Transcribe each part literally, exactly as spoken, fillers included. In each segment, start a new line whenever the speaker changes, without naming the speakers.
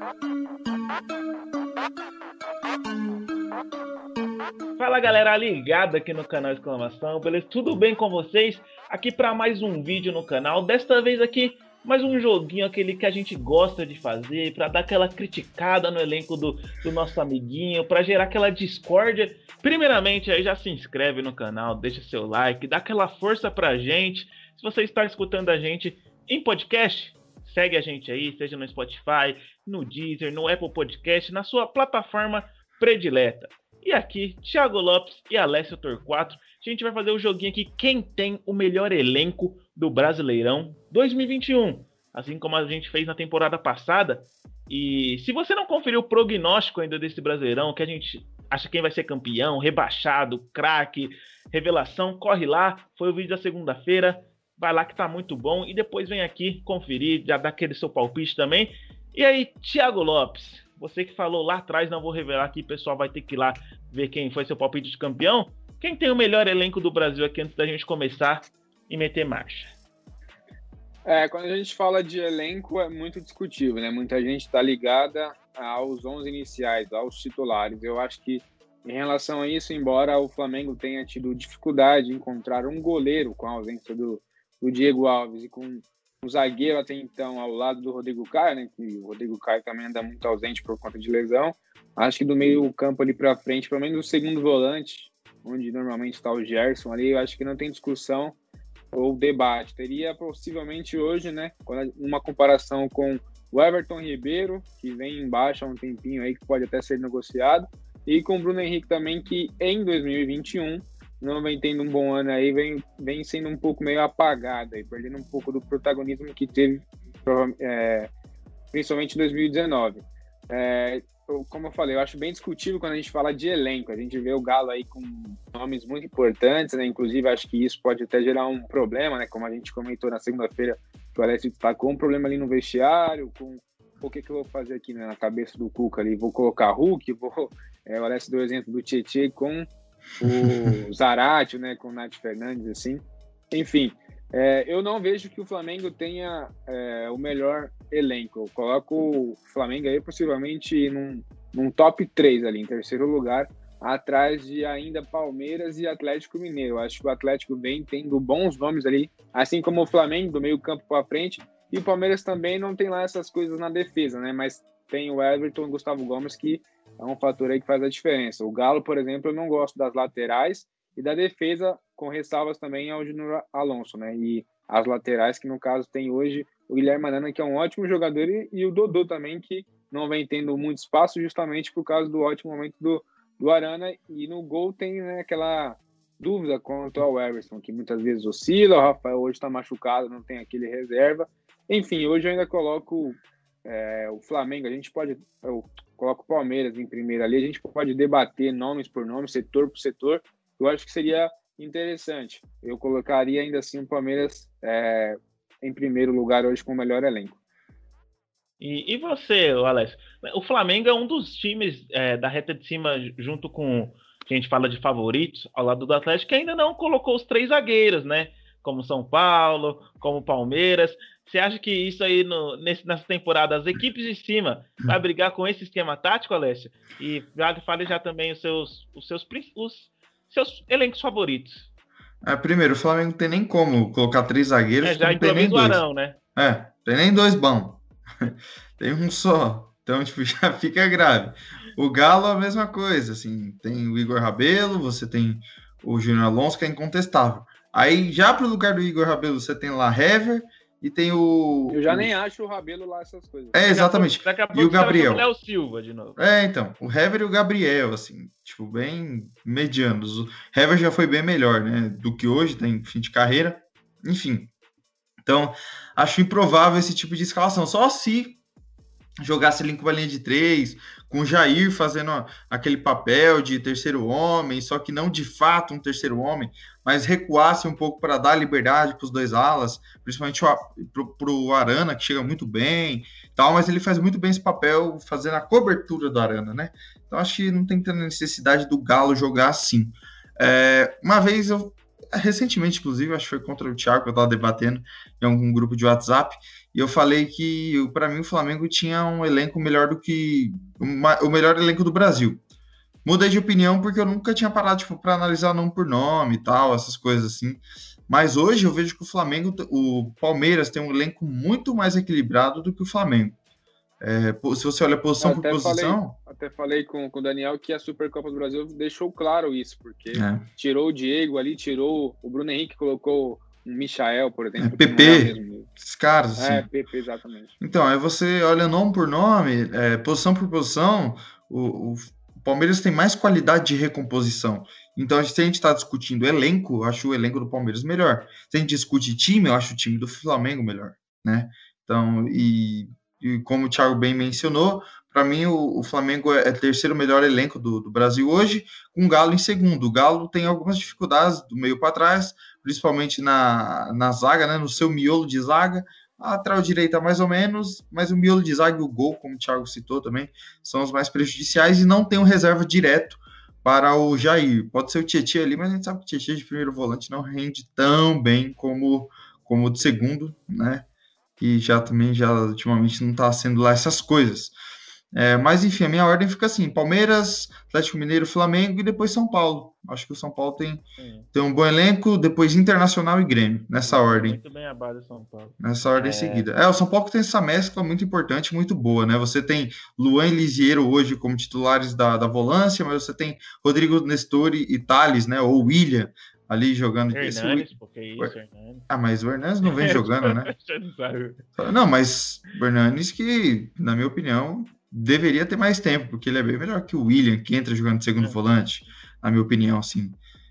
Fala galera ligada aqui no canal Exclamação, beleza? Tudo bem com vocês? Aqui para mais um vídeo no canal, desta vez aqui mais um joguinho, aquele que a gente gosta de fazer, para dar aquela criticada no elenco do, do nosso amiguinho, para gerar aquela discórdia. Primeiramente aí já se inscreve no canal, deixa seu like, dá aquela força pra gente. Se você está escutando a gente em podcast, segue a gente aí, seja no Spotify, no Deezer, no Apple Podcast, na sua plataforma predileta. E aqui, Thiago Lopes e Alessio Torquato, a gente vai fazer o joguinho aqui, quem tem o melhor elenco do Brasileirão dois mil e vinte e um, assim como a gente fez na temporada passada. E se você não conferiu o prognóstico ainda desse Brasileirão, que a gente acha quem vai ser campeão, rebaixado, craque, revelação, corre lá, foi o vídeo da segunda-feira, vai lá que tá muito bom, e depois vem aqui conferir, já dá aquele seu palpite também. E aí, Thiago Lopes, você que falou lá atrás, não vou revelar aqui, o pessoal vai ter que ir lá ver quem foi seu palpite de campeão. Quem tem o melhor elenco do Brasil aqui antes da gente começar e meter marcha?
É, quando a gente fala de elenco é muito discutível, né? Muita gente está ligada aos onze iniciais, aos titulares. Eu acho que em relação a isso, embora o Flamengo tenha tido dificuldade em encontrar um goleiro com a ausência do, do Diego Alves e com um zagueiro até então ao lado do Rodrigo Caio, né? Que o Rodrigo Caio também anda muito ausente por conta de lesão. Acho que do meio campo ali para frente, pelo menos o segundo volante, onde normalmente está o Gerson ali, eu acho que não tem discussão ou debate. Teria possivelmente hoje, né, uma comparação com o Everton Ribeiro, que vem embaixo há um tempinho aí, que pode até ser negociado, e com o Bruno Henrique também, que em dois mil e vinte e um não vem tendo um bom ano aí, vem, vem sendo um pouco meio apagado aí, perdendo um pouco do protagonismo que teve, é, principalmente em dois mil e dezenove. É, como eu falei, eu acho bem discutível quando a gente fala de elenco. A gente vê o Galo aí com nomes muito importantes, né? Inclusive, acho que isso pode até gerar um problema, né? Como a gente comentou na segunda-feira, que o Alessio destacou um problema ali no vestiário, com o que, que eu vou fazer aqui, né, na cabeça do Cuca ali. Vou colocar Hulk, vou... É, o Alessio deu o exemplo do Tietê com o Zarate, né? Com o Nath Fernandes, assim. Enfim, é, eu não vejo que o Flamengo tenha é, o melhor elenco. Eu coloco o Flamengo aí possivelmente num, num top três ali, em terceiro lugar, atrás de ainda Palmeiras e Atlético Mineiro. Eu acho que o Atlético vem tendo bons nomes ali, assim como o Flamengo, do meio campo para frente, e o Palmeiras também não tem lá essas coisas na defesa, né? Mas tem o Everton e o Gustavo Gomes, que é um fator aí que faz a diferença. O Galo, por exemplo, eu não gosto das laterais e da defesa, com ressalvas também ao Júnior Alonso, né? E as laterais, que no caso tem hoje o Guilherme Arana, que é um ótimo jogador, e, e o Dodô também, que não vem tendo muito espaço justamente por causa do ótimo momento do, do Arana. E no gol tem, né, aquela dúvida quanto ao Everson, que muitas vezes oscila. O Rafael hoje está machucado, não tem aquele reserva. Enfim, hoje eu ainda coloco é, o Flamengo. A gente pode... Eu coloco o Palmeiras em primeiro ali. A gente pode debater nomes por nome, setor por setor. Eu acho que seria interessante. Eu colocaria ainda assim o Palmeiras é, em primeiro lugar hoje com o melhor elenco.
E, e você, Alessio? O Flamengo é um dos times é, da reta de cima, junto com que a gente fala de favoritos, ao lado do Atlético, que ainda não colocou os três zagueiros, né? Como São Paulo, como Palmeiras. Você acha que isso aí, no, nesse, nessa temporada, as equipes de cima vai brigar com esse esquema tático, Alessio? E já fale já também os seus, os seus os, seus elencos favoritos.
É, primeiro, o Flamengo não tem nem como colocar três zagueiros.
É, já
não tem nem
improvisa o
dois.
Arão, né?
É, tem nem dois bons. Tem um só. Então, tipo, já fica grave. O Galo, a mesma coisa. Assim, tem o Igor Rabelo, você tem o Júnior Alonso, que é incontestável. Aí, já pro lugar do Igor Rabelo, você tem lá Hever e tem o...
Eu já
o...
nem acho o Rabelo lá essas coisas.
É, exatamente.
Daqui a pouco,
e o Gabriel.
O Léo Silva de novo.
É, então. O Hever e o Gabriel, assim, tipo, bem medianos. O Hever já foi bem melhor, né, do que hoje, tem fim de carreira. Enfim. Então, acho improvável esse tipo de escalação. Só se jogasse ali com uma linha de três, com o Jair fazendo aquele papel de terceiro homem, só que não de fato um terceiro homem, mas recuasse um pouco para dar liberdade para os dois alas, principalmente para o Arana, que chega muito bem, tal, mas ele faz muito bem esse papel fazendo a cobertura do Arana, né? Então acho que não tem tanta necessidade do Galo jogar assim. É, uma vez eu recentemente, inclusive, acho que foi contra o Thiago, que eu estava debatendo em algum grupo de WhatsApp, e eu falei que, para mim, o Flamengo tinha um elenco melhor do que... Uma, o melhor elenco do Brasil. Mudei de opinião porque eu nunca tinha parado tipo, para analisar nome por nome e tal, essas coisas assim. Mas hoje eu vejo que o Flamengo, o Palmeiras tem um elenco muito mais equilibrado do que o Flamengo. É, se você olha posição por
até
posição...
Falei, até falei com, com o Daniel que a Supercopa do Brasil deixou claro isso, porque
é.
tirou o Diego ali, tirou o Bruno Henrique, colocou um Michael, por exemplo.
É, P P, é esses caras, assim.
É, P P, exatamente.
Então, aí você olha nome por nome, é, posição por posição, o, o Palmeiras tem mais qualidade de recomposição. Então, se a gente está discutindo elenco, eu acho o elenco do Palmeiras melhor. Se a gente discute time, eu acho o time do Flamengo melhor, né? Então, e, e como o Thiago bem mencionou, para mim o, o Flamengo é o terceiro melhor elenco do, do Brasil hoje, com o Galo em segundo. O Galo tem algumas dificuldades do meio para trás, principalmente na, na zaga, né? No seu miolo de zaga. A lateral direita mais ou menos, mas o miolo de zaga e o gol, como o Thiago citou também, são os mais prejudiciais e não tem um reserva direto para o Jair. Pode ser o Tietchan ali, mas a gente sabe que o Tietchan de primeiro volante não rende tão bem como, como o de segundo, né? E já também, já ultimamente não está sendo lá essas coisas. É, mas enfim, a minha ordem fica assim: Palmeiras, Atlético Mineiro, Flamengo e depois São Paulo. Acho que o São Paulo tem, tem um bom elenco, depois Internacional e Grêmio, nessa ordem.
Muito bem a base do São Paulo.
Nessa ordem é... seguida. É, o São Paulo tem essa mescla muito importante, muito boa, né? Você tem Luan e Lisiero hoje como titulares da, da volância, mas você tem Rodrigo Nestori e Thales, né? Ou William ali jogando.
Hernanes, Esse... porque isso, Hernanes.
Ah, mas o Hernanes não vem jogando, né? Não, mas o Hernanes que, na minha opinião, deveria ter mais tempo, porque ele é bem melhor que o William, que entra jogando de segundo é. volante, na minha opinião, assim.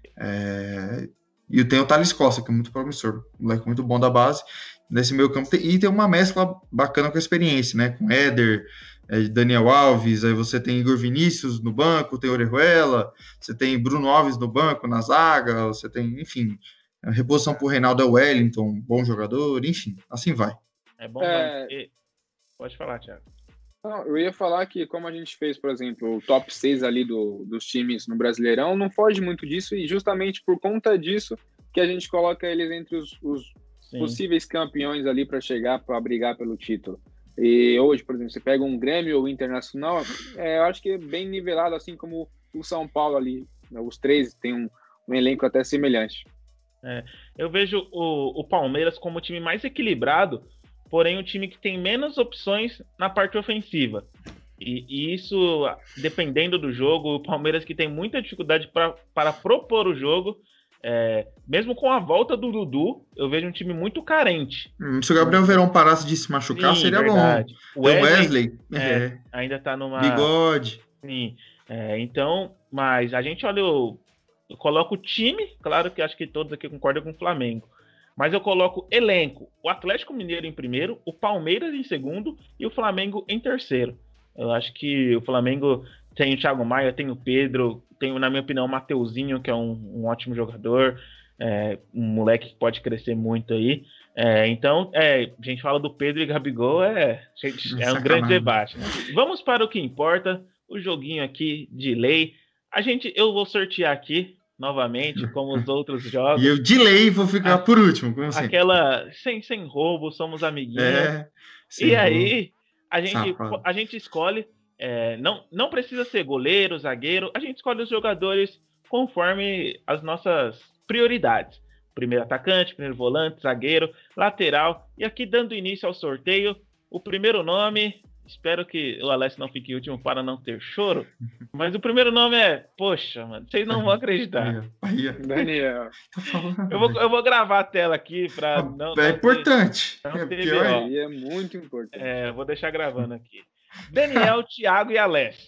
É... E tem o Thales Costa, que é muito promissor, um moleque muito bom da base, nesse meio campo, e tem uma mescla bacana com a experiência, né, com Éder, é, Daniel Alves, aí você tem Igor Vinícius no banco, tem Orejuela, você tem Bruno Alves no banco, na zaga, você tem, enfim, a reposição pro Reinaldo é Wellington, bom jogador, enfim, assim vai.
É bom, é... Mas... Pode falar, Thiago.
Não, eu ia falar que, como a gente fez, por exemplo, o top seis ali do, dos times no Brasileirão, não foge muito disso, e justamente por conta disso que a gente coloca eles entre os, os possíveis campeões ali para chegar, para brigar pelo título. E hoje, por exemplo, você pega um Grêmio ou Internacional, é, eu acho que é bem nivelado, assim como o São Paulo ali, né, os três têm um, um elenco até semelhante.
É, eu vejo o, o Palmeiras como o time mais equilibrado, porém o time que tem menos opções na parte ofensiva. E, e isso, dependendo do jogo, o Palmeiras que tem muita dificuldade pra, para propor o jogo, é, mesmo com a volta do Dudu, eu vejo um time muito carente.
Hum, se o Gabriel Verão parasse de se machucar, sim, seria verdade. bom. O Wesley, Wesley
é, é. ainda tá numa...
Bigode.
Sim, é, então, mas a gente olha, eu, eu coloco o time, claro que acho que todos aqui concordam com o Flamengo, mas eu coloco elenco, o Atlético Mineiro em primeiro, o Palmeiras em segundo e o Flamengo em terceiro. Eu acho que o Flamengo tem o Thiago Maia, tem o Pedro, tem, na minha opinião, o Mateuzinho, que é um, um ótimo jogador, é, um moleque que pode crescer muito aí. É, então, é, a gente fala do Pedro e Gabigol, é, gente, é um grande debate. Né? Vamos para o que importa, o joguinho aqui de lei. A gente, eu vou sortear aqui, novamente, como os outros jogos.
E eu de lei vou ficar a, por último. Como assim?
Aquela, sem, sem roubo, somos amiguinhos.
É,
e roubo. Aí, a gente, a gente escolhe, é, não, não precisa ser goleiro, zagueiro, a gente escolhe os jogadores conforme as nossas prioridades. Primeiro atacante, primeiro volante, zagueiro, lateral. E aqui, dando início ao sorteio, o primeiro nome... Espero que o Alessio não fique último para não ter choro. Mas o primeiro nome é... Poxa, mano, vocês não vão acreditar.
Daniel.
Eu vou, eu vou gravar a tela aqui para não...
É não importante.
Ter, não é, ter pior. É muito importante.
É, vou deixar gravando aqui. Daniel, Thiago e Alessio.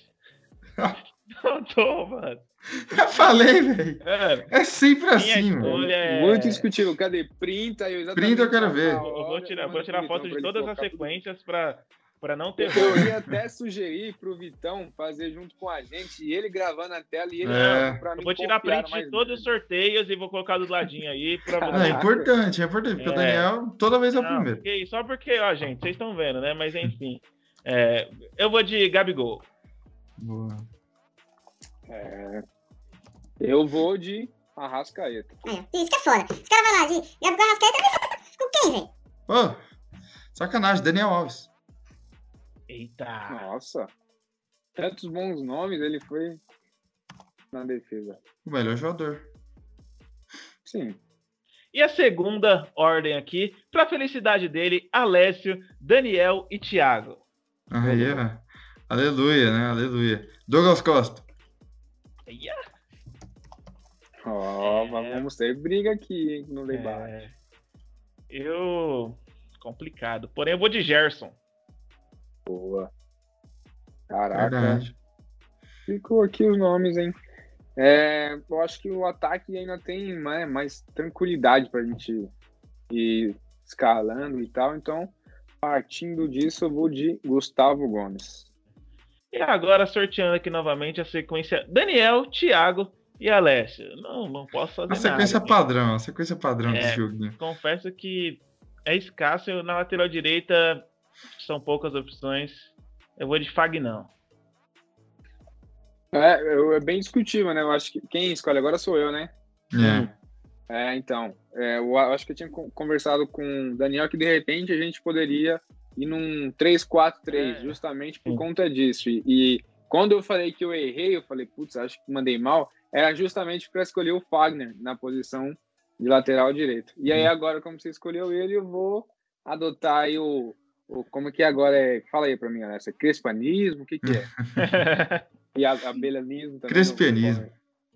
Não tô, mano.
Eu falei, velho. É sempre assim, mano.
É... Muito discutível. Cadê? Printa. Eu
Printa eu quero ver.
Eu vou tirar, vou tirar foto de todas as sequências para... Para não ter.
Eu ia até sugerir pro Vitão fazer junto com a gente e ele gravando a tela e ele.
É.
Pra mim, eu vou tirar print de todos os sorteios e vou colocar do ladinho aí para você.
É importante, é importante, porque é. o Daniel toda vez é o não, primeiro.
Porque, só porque, ó, gente, vocês estão vendo, né? Mas enfim. É, eu vou de Gabigol.
Boa.
É, eu vou de Arrascaeta.
É, isso que é foda. Os caras vão lá de Gabigol Arrascaeta com quem, velho?
Ô! Sacanagem, Daniel Alves.
Eita.
Nossa. Tantos bons nomes, ele foi na defesa.
O melhor jogador.
Sim.
E a segunda ordem aqui, para felicidade dele, Alessio, Daniel e Thiago.
Aí, é. Aleluia, né? Aleluia. Douglas Costa.
Eia.
Ó, oh,
É.
vamos ter briga aqui, hein, no debate.
É... Eu... Complicado. Porém, eu vou de Gerson.
Boa. Caraca.
Verdade.
Ficou aqui os nomes, hein? É, eu acho que o ataque ainda tem né, mais tranquilidade pra gente ir escalando e tal. Então, partindo disso, eu vou de Gustavo Gomes.
E agora, sorteando aqui novamente a sequência Daniel, Thiago e Alessio. Não, não posso fazer
A sequência
nada.
padrão, a sequência padrão
É,
desse joguinho.
Confesso que é escasso. Eu, na lateral direita, são poucas opções. Eu vou de Fagnão.
É, eu, é bem discutível, né? Eu acho que quem escolhe agora sou eu, né?
É.
É, então. É, eu acho que eu tinha conversado com o Daniel que de repente a gente poderia ir num três quatro três,
É.
justamente por
Sim.
conta disso. E, e quando eu falei que eu errei, eu falei, putz, acho que mandei mal, era justamente para escolher o Fagner na posição de lateral direito. E aí agora, como você escolheu ele, eu vou adotar aí o, o como que agora é, fala aí para mim, Alessio, crespanismo, o que que é? E a abelhanismo também.
Crespianismo.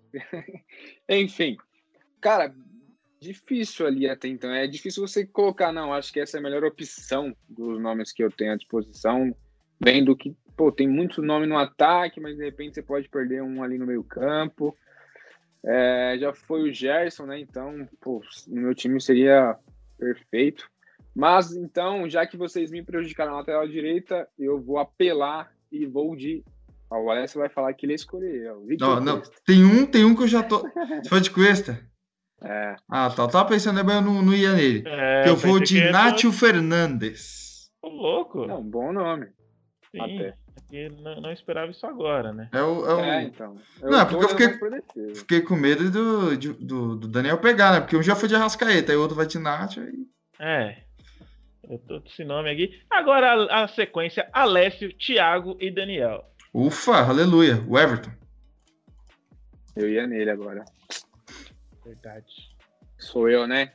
Enfim, cara, difícil ali até então. É difícil você colocar, não, acho que essa é a melhor opção dos nomes que eu tenho à disposição, vendo que, pô, tem muito nome no ataque, mas de repente você pode perder um ali no meio campo. É, já foi o Gerson, né? Então, pô, no meu time seria perfeito. Mas, então, já que vocês me prejudicaram na lateral direita, eu vou apelar e vou de... Ó, o Alessio vai falar que ele escolheu.
Não, não, tem um, tem um que eu já tô... Você foi de Cuesta?
É.
Ah, tá. Eu tava pensando, mas eu não, não ia nele.
É,
que eu
eu
vou
pensei
de
que ia
Nátio
ser-
Fernandes.
Ô, louco.
Não, bom nome.
Sim.
até.
Eu não, não esperava isso agora, né?
É o... É o...
É, então. Eu
Não, é
tô
porque eu
olhando
fiquei-
mais por defesa.
Fiquei com medo do, de- do, do Daniel pegar, né? Porque um já foi de Arrascaeta, aí o outro vai de Nátio. Aí...
É. Eu tô com esse nome aqui. Agora a, a sequência: Alessio, Thiago e Daniel.
Ufa, aleluia. O Everton.
Eu ia nele agora.
Verdade.
Sou eu, né?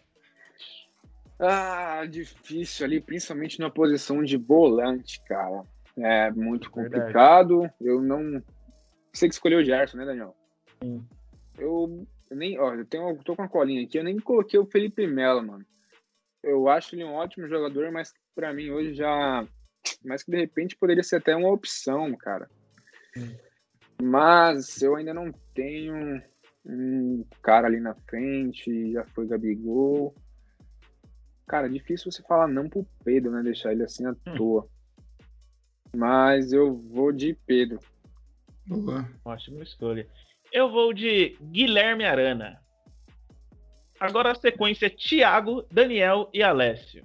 Ah, difícil ali, principalmente na posição de volante, cara. É muito
Verdade.
complicado. Eu não. Você que escolheu o Gerson, né, Daniel?
Sim.
Eu nem. Ó, eu tenho, eu tô com uma colinha aqui. Eu nem coloquei o Felipe Melo, mano. Eu acho ele um ótimo jogador, mas pra mim hoje já. Mas que de repente poderia ser até uma opção, cara.
Sim.
Mas eu ainda não tenho um cara ali na frente, já foi Gabigol. Cara, difícil você falar não pro Pedro, né? Deixar ele assim à
Hum.
toa. Mas eu vou de Pedro.
Boa.
Ótima escolha. Eu vou de Guilherme Arana. Agora a sequência: Thiago, Daniel e Alessio.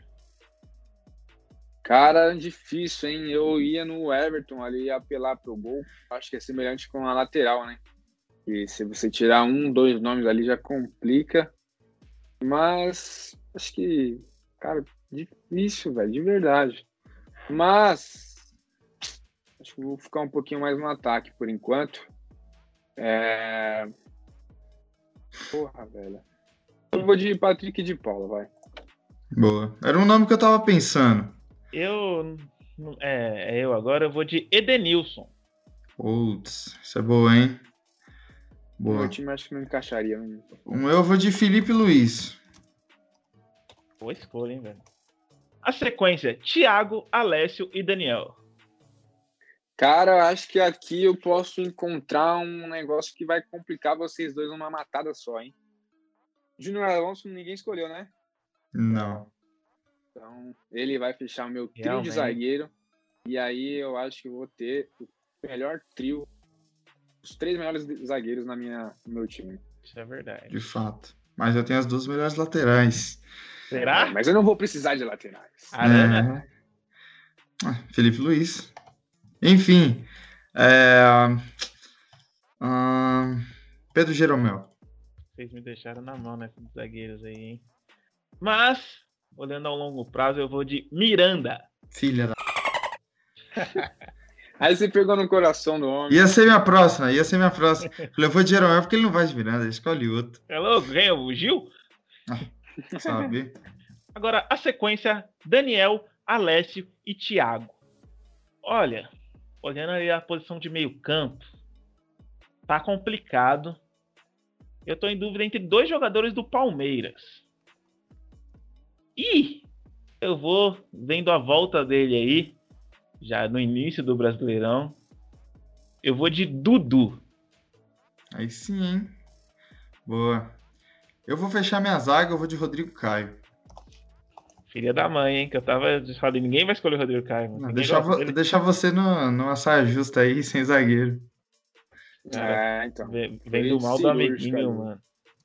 Cara, difícil, hein? Eu ia no Everton ali apelar pro gol. Acho que é semelhante com a lateral, né? E se você tirar um, dois nomes ali já complica. Mas acho que, cara, difícil, velho, de verdade. Mas acho que vou ficar um pouquinho mais no ataque por enquanto. É... Porra, velho. Eu vou de Patrick de Paula, vai.
Boa. Era um nome que eu tava pensando.
Eu. É, é eu agora. Eu vou de Edenilson.
Putz, isso é boa, hein?
Meu
Boa.
time acho que não encaixaria. Não.
Um eu vou de Felipe Luiz.
Boa escolha, hein, velho. A sequência: Thiago, Alessio e Daniel.
Cara, acho que aqui eu posso encontrar um negócio que vai complicar vocês dois numa matada só, hein? Júnior Alonso ninguém escolheu, né?
Não.
Então, ele vai fechar o meu trio
Realmente.
de zagueiro. E aí eu acho que eu vou ter o melhor trio, os três melhores zagueiros na minha, no meu time.
Isso é verdade.
De fato. Mas eu tenho as duas melhores laterais.
Será?
É, mas eu não vou precisar de laterais.
Arana?
É. Ah, Felipe Luiz. Enfim. É... ah, Pedro Jeromel.
Vocês me deixaram na mão nesses zagueiros aí, hein? Mas, olhando ao longo prazo, eu vou de Miranda.
Filha da...
Aí você pegou no coração do homem.
Ia ser minha próxima, ia ser minha próxima. Falei, eu vou de Jeromel porque ele não vai de Miranda, escolhe outro.
É louco, ganha o Gil?
Ah, sabe?
Agora, a sequência, Daniel, Alessio e Thiago. Olha, olhando aí a posição de meio campo, tá complicado. Eu tô em dúvida entre dois jogadores do Palmeiras. E eu vou vendo a volta dele aí, já no início do Brasileirão. Eu vou de Dudu.
Aí sim, hein? Boa. Eu vou fechar minha zaga, eu vou de Rodrigo Caio.
Filha da mãe, hein? Que eu tava falando, ninguém vai escolher o Rodrigo Caio. Mano.
Não, deixar, vo deixar você no, numa saia justa aí, sem zagueiro.
Cara, é, então.
Vem, vem do mal do amiguinho, mano.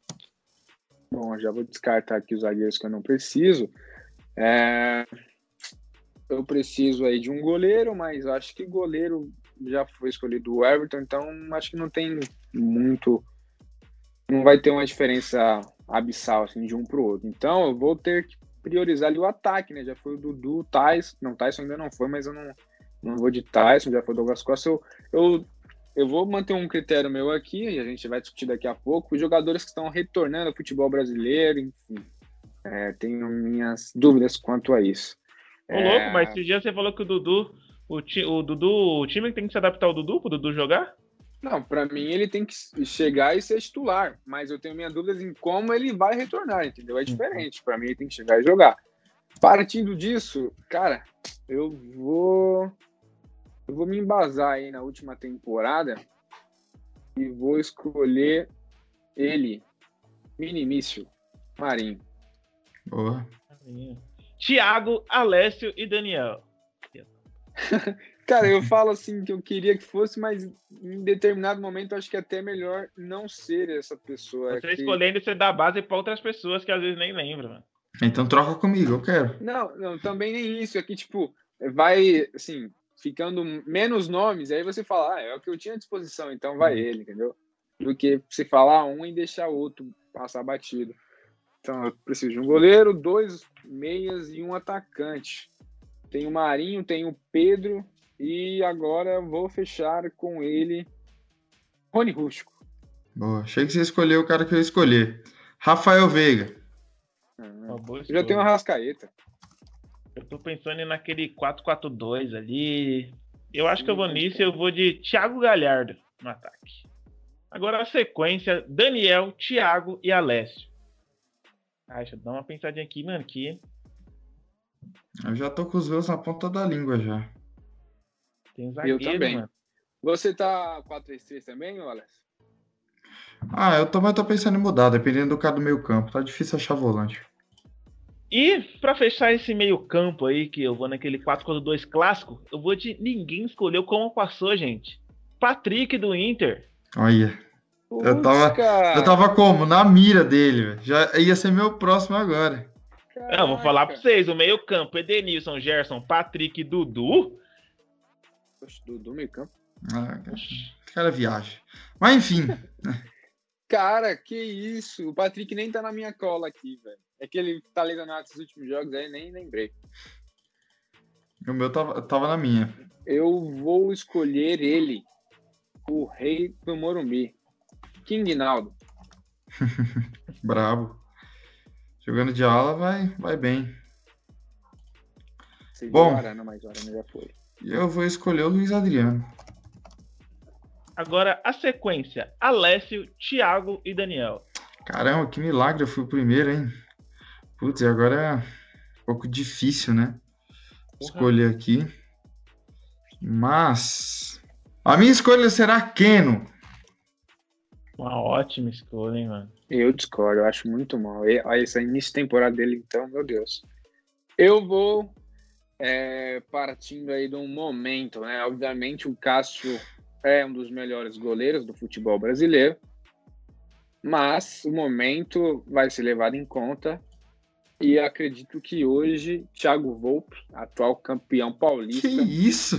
Bom, já vou descartar aqui os zagueiros que eu não preciso. É... Eu preciso aí de um goleiro, mas acho que goleiro já foi escolhido o Everton, então acho que não tem muito... Não vai ter uma diferença abissal assim, de um para o outro. Então eu vou ter que priorizar ali o ataque, né? Já foi o Dudu, o Tyson. Não, Tyson ainda não foi, mas eu não, não vou de Tyson, já foi o Douglas Costa. Eu, eu, eu vou manter um critério meu aqui, e a gente vai discutir daqui a pouco, os jogadores que estão retornando ao futebol brasileiro, enfim. É, tenho minhas dúvidas quanto a isso.
Ô, é... louco, mas esse dia você falou que o Dudu, o, ti, o Dudu, o time tem que se adaptar ao Dudu, pro Dudu jogar?
Não, para mim ele tem que chegar e ser titular, mas eu tenho minhas dúvidas em como ele vai retornar, entendeu? É diferente, para mim ele tem que chegar e jogar. Partindo disso, cara, eu vou eu vou me embasar aí na última temporada e vou escolher ele, Minimício, Marinho.
Boa.
Thiago, Alessio e Daniel.
Cara, eu falo assim que eu queria que fosse, mas em determinado momento eu acho que é até melhor não ser essa pessoa.
Você
que...
escolhendo você dá base para outras pessoas que às vezes nem lembram, mano.
Então troca comigo, eu quero.
Não, não, também nem isso. Aqui, tipo, vai, assim, ficando menos nomes, aí você fala, ah, é o que eu tinha à disposição, então vai ele, entendeu? Do que você falar um e deixar outro passar batido. Então eu preciso de um goleiro, dois meias e um atacante. Tem o Marinho, tem o Pedro... E agora vou fechar com ele, Rony Rústico.
Boa. Achei que você escolheu o cara que eu escolhi. Rafael Veiga.
Ah, já tem uma Arrascaeta.
Eu tô pensando naquele quatro quatro dois ali. Eu acho Sim, que eu vou nisso, eu vou de Thiago Galhardo no ataque. Agora a sequência, Daniel, Thiago e Alessio. Ah, deixa eu dar uma pensadinha aqui, mano, que...
Eu já tô com os meus na ponta da língua já.
Tem zagueiro,
eu também.
Mano.
Você tá quatro três três também, Wallace?
Ah, eu também tô pensando em mudar, dependendo do cara do meio campo. Tá difícil achar volante.
E pra fechar esse meio campo aí, que eu vou naquele quatro quatro dois clássico, eu vou de ninguém escolheu como passou, gente. Patrick do Inter.
Olha. Eu tava, eu tava como? Na mira dele, velho. Já ia ser meu próximo agora.
Caraca. Não, vou falar pra vocês. O meio campo, Edenilson, Gerson, Patrick, Dudu...
Poxa, Dudu meio campo.
Ah, cara viaja. Mas enfim.
Cara, que isso. O Patrick nem tá na minha cola aqui, velho. É que ele tá lesionado nesses últimos jogos, aí nem lembrei.
O meu tava, tava na minha.
Eu vou escolher ele, o rei do Morumbi, King Naldo.
Brabo. Jogando de ala vai, vai bem.
Você
Bom,
viu Arana, mas o Arana já foi.
Eu vou escolher o Luiz Adriano.
Agora a sequência, Alessio, Thiago e Daniel.
Caramba, que milagre, eu fui o primeiro, hein? Putz, e agora é um pouco difícil, né? Escolher aqui. Mas a minha escolha será Keno.
Uma ótima escolha, hein, mano?
Eu discordo, eu acho muito mal. Esse início de temporada dele, então, meu Deus. Eu vou é, partindo aí de um momento, né? Obviamente o Cássio é um dos melhores goleiros do futebol brasileiro, mas o momento vai ser levado em conta e acredito que hoje Thiago Volpi, atual campeão paulista...
Que isso?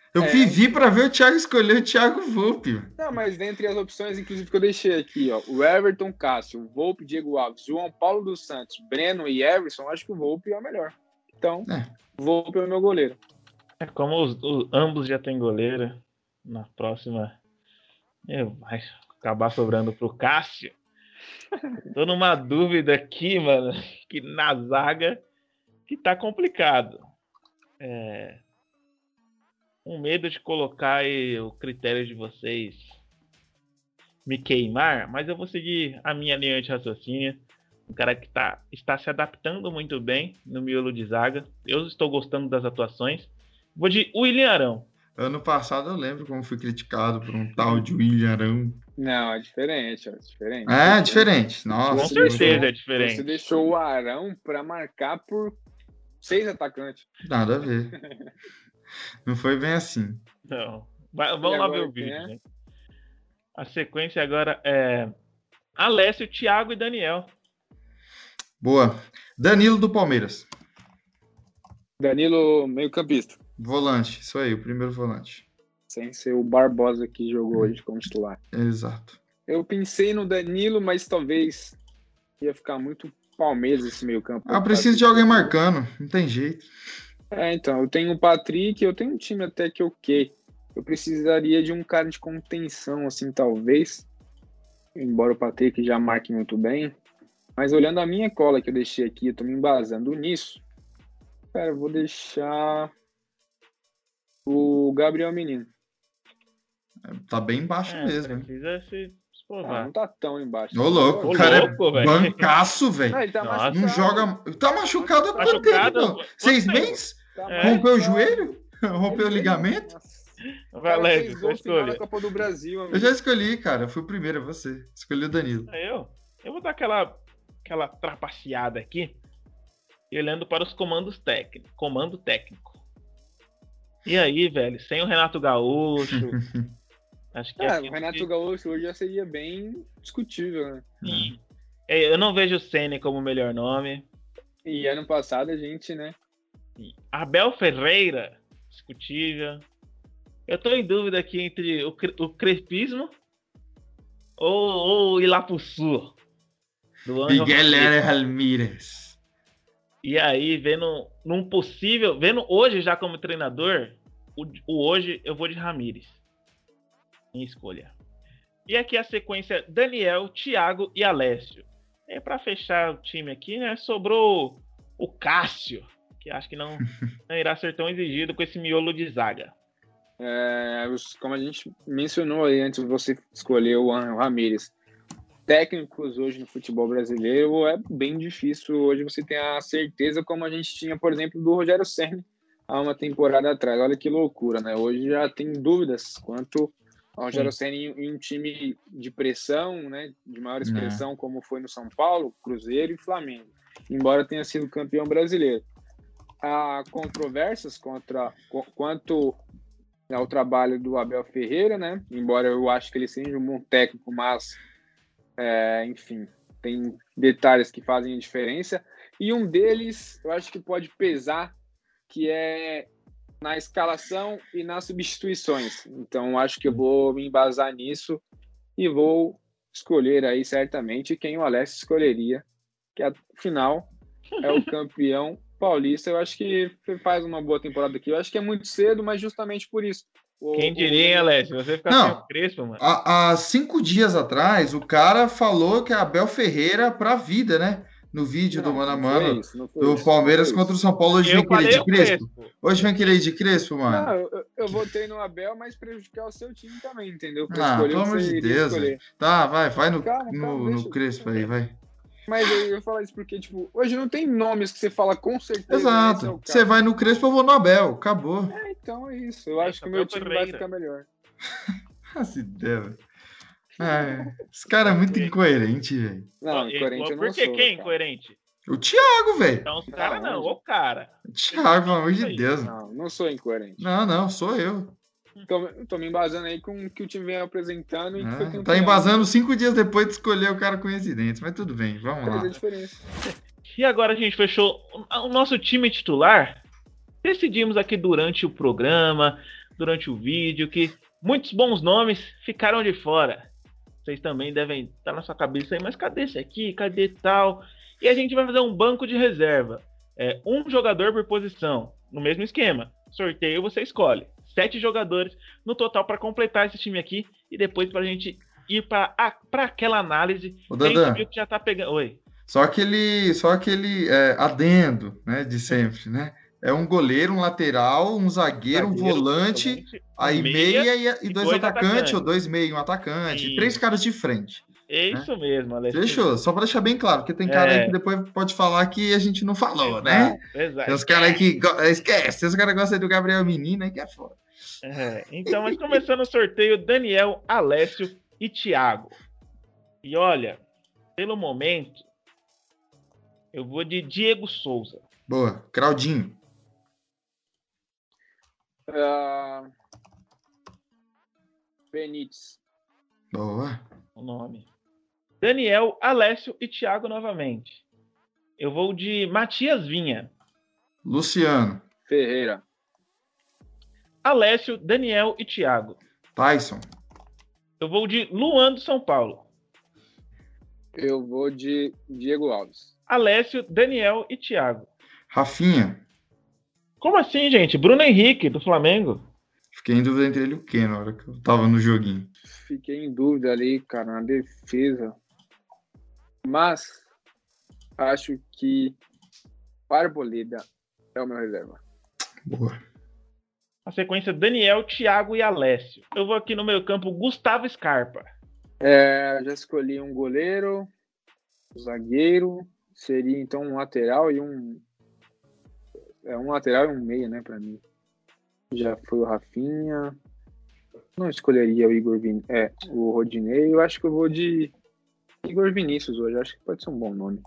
Eu
É.
vivi para ver o Thiago escolher o Thiago Volpe.
Não, mas dentre as opções, inclusive, que eu deixei aqui, ó, o Everton, Cássio, Volpe, Diego Alves, João Paulo dos Santos, Breno e Everson, acho que o Volpe é o melhor. Então,
É.
Volpe é o meu goleiro.
É como os, os- ambos já têm goleiro, na próxima eu, vai acabar sobrando pro Cássio. Tô numa dúvida aqui, mano, que na zaga que tá complicado. É, um medo de colocar aí o critério de vocês me queimar, mas eu vou seguir a minha linha de raciocínio. Um cara que tá, está se adaptando muito bem no miolo de zaga. Eu estou gostando das atuações. Vou de William Arão.
Ano passado eu lembro como fui criticado por um tal de William Arão.
Não, é diferente, ó, é diferente.
É diferente. Nossa.
Com
Você
certeza
deixou-
é diferente.
Você deixou o Arão para marcar por seis atacantes.
Nada a ver. Não foi bem assim.
Não. Vai- vamos
E
lá
agora
ver o
quem
vídeo,
é?
gente. A sequência agora é Alessio, Thiago e Daniel.
Boa. Danilo do Palmeiras.
Danilo, meio campista.
Volante. Isso aí, o primeiro volante.
Sem ser o Barbosa que jogou hoje como titular.
Exato.
Eu pensei no Danilo, mas talvez ia ficar muito Palmeiras esse meio campo.
Ah, preciso de alguém marcando. Não tem jeito.
É, então, eu tenho o Patrick, eu tenho um time até que ok. Eu precisaria de um cara de contenção, assim, talvez. Embora o Patrick já marque muito bem. Mas olhando a minha cola que eu deixei aqui, eu tô me embasando nisso. Cara, eu vou deixar o Gabriel Menino.
Tá bem baixo
É,
mesmo, hein?
precisa se
Ah,
provar.
não tá tão embaixo.
Ô, louco,
Ô,
o cara
louco,
é
velho.
bancaço, velho.
Ah, ele tá
Nossa.
machucado.
Não joga. Tá machucado há quanto
Machucado?
tempo, mano?
Quanto
Seis
tempo?
meses?
Tá
É.
Rompeu o
machucado.
joelho? Rompeu o
Ele-
ligamento?
Nossa. O
Vai,
cara
Léo,
fez
sua
gol final
escolha.
na Copa do Brasil, amigo.
Eu já escolhi, cara. Eu fui o primeiro, é você. Escolhi o Danilo.
É eu? Eu vou dar aquela, aquela trapaceada aqui, e olhando para os comandos técnicos. Comando técnico. E aí, velho, sem o Renato Gaúcho, acho que
É,
aqui-
o Renato Gaúcho hoje já seria bem discutível, né?
Sim. É, eu não vejo o Ceni como o melhor nome.
E ano passado a gente, né?
Abel Ferreira, discutível. Eu tô em dúvida aqui entre o, cre- o Crespismo ou, ou o Ilapuçu. Do Angel
Miguel
Ramírez.
Ramírez.
E aí, vendo num possível. Vendo hoje já como treinador, o, o hoje eu vou de Ramírez. Minha escolha. E aqui a sequência: Daniel, Thiago e Alessio. E pra fechar o time aqui, né? Sobrou o Cássio, que acho que não, não irá ser tão exigido com esse miolo de zaga.
É, os- como a gente mencionou aí antes, você escolheu o Angel Ramírez. Técnicos hoje no futebol brasileiro é bem difícil. Hoje você tem a certeza, como a gente tinha, por exemplo, do Rogério Ceni há uma temporada atrás. Olha que loucura, né? Hoje já tem dúvidas quanto ao Rogério Ceni em em um time de pressão, né? De maior expressão, como foi no São Paulo, Cruzeiro e Flamengo. Embora tenha sido campeão brasileiro. Há controvérsias contra, qu- quanto ao trabalho do Abel Ferreira, né? Embora eu acho que ele seja um bom técnico, mas é, enfim, tem detalhes que fazem a diferença. E um deles, eu acho que pode pesar, que é na escalação e nas substituições. Então, acho que eu vou me embasar nisso e vou escolher aí, certamente, quem o Alessio escolheria, que afinal é o campeão paulista. Eu acho que faz uma boa temporada aqui. Eu acho que é muito cedo, mas justamente por isso. O-
Quem
o-
diria, hein, Alessio? Você ficar
Não.
sem o Crespo, mano.
Há, há cinco dias atrás, o cara falou que é Abel Ferreira pra vida, né? No vídeo do
Não,
Mano a
não foi
Mano
isso, não foi
do
isso,
Palmeiras
não foi
contra o
isso.
São Paulo. Hoje
Eu
vem querer
falei
de
o
Crespo?
Crespo.
Hoje vem querer de Crespo,
Não,
mano?
eu, eu votei no Abel, mas prejudicar o seu time também, entendeu? Pra
Ah,
escolher
pelo
o que
amor
você
de
iria
Deus,
escolher.
velho. Tá, vai, vai no,
Calma,
no,
calma,
no
deixa eu-
Crespo aí, vai.
Mas eu ia falar isso porque, tipo, hoje não tem nomes que você fala com certeza. esse é o
Exato.
cara.
Você vai no Crespo, eu vou no Abel. Acabou.
É, então é isso. Eu
É,
acho que o
Abel
meu time vai
Ferreira.
ficar melhor.
Essa ideia, velho. É, esse cara é muito incoerente, velho.
Não,
E-
incoerente eu não
Por que
sou.
quem
cara.
incoerente?
O Thiago, velho.
Então os caras não,
onde?
o cara.
O Thiago, pelo amor de
Aí.
Deus.
Não, não sou incoerente.
Não, não, sou eu.
Tô, tô me embasando aí com o que o time vem apresentando e que foi
É,
campeão.
tá embasando cinco dias depois de escolher o cara com residentes, mas tudo bem, vamos
Faz a
lá.
diferença.
E agora a gente fechou o o nosso time titular. Decidimos aqui durante o programa, durante o vídeo que muitos bons nomes ficaram de fora. Vocês também devem estar na sua cabeça aí, mas cadê esse aqui? Cadê tal? E a gente vai fazer um banco de reserva. É, um jogador por posição, no mesmo esquema. Sorteio você escolhe. Sete jogadores no total para completar esse time aqui. E depois para a gente ir para aquela análise.
Ô,
que a
Dandan,
gente viu que já tá pegando. Oi.
só aquele, só aquele é, adendo, né, de sempre, né? É um goleiro, um lateral, um zagueiro, um
Zagueiro,
volante,
volante,
aí
meia
meia, e, e dois,
dois
atacantes,
atacantes.
ou dois meia e um atacante,
Isso.
três caras de frente.
É
né?
isso mesmo, Alessio.
Fechou, só para deixar bem claro, porque tem cara aí
É.
que depois pode falar que a gente não falou,
Exato,
né?
exato.
Tem uns caras aí que go- esquece, os caras gostam do Gabriel Menino aí que é foda.
É, então, mas começando o sorteio, Daniel, Alessio e Thiago. E olha, pelo momento, eu vou de Diego Souza.
Boa, Claudinho.
Uh, Benítez.
Boa.
O nome. Daniel, Alessio e Thiago novamente. Eu vou de Matias Vinha.
Luciano.
Ferreira.
Alessio, Daniel e Thiago.
Tyson.
Eu vou de Luan do São Paulo.
Eu vou de Diego Alves.
Alessio, Daniel e Thiago.
Rafinha.
Como assim, gente? Bruno Henrique, do Flamengo.
Fiquei em dúvida entre ele e o Ken na hora que eu tava no joguinho.
Fiquei em dúvida ali, cara, na defesa. Mas acho que Arboleda é o meu reserva.
Boa.
A sequência, Daniel, Thiago e Alessio. Eu vou aqui no meio campo, Gustavo Scarpa.
É, já escolhi um goleiro, um zagueiro, seria então um lateral e um é um lateral e um meia, né, para mim. Já foi o Rafinha. Não escolheria o Igor Vin... é, o Rodinei. Eu acho que eu vou de Igor Vinícius hoje. Acho que pode ser um bom nome.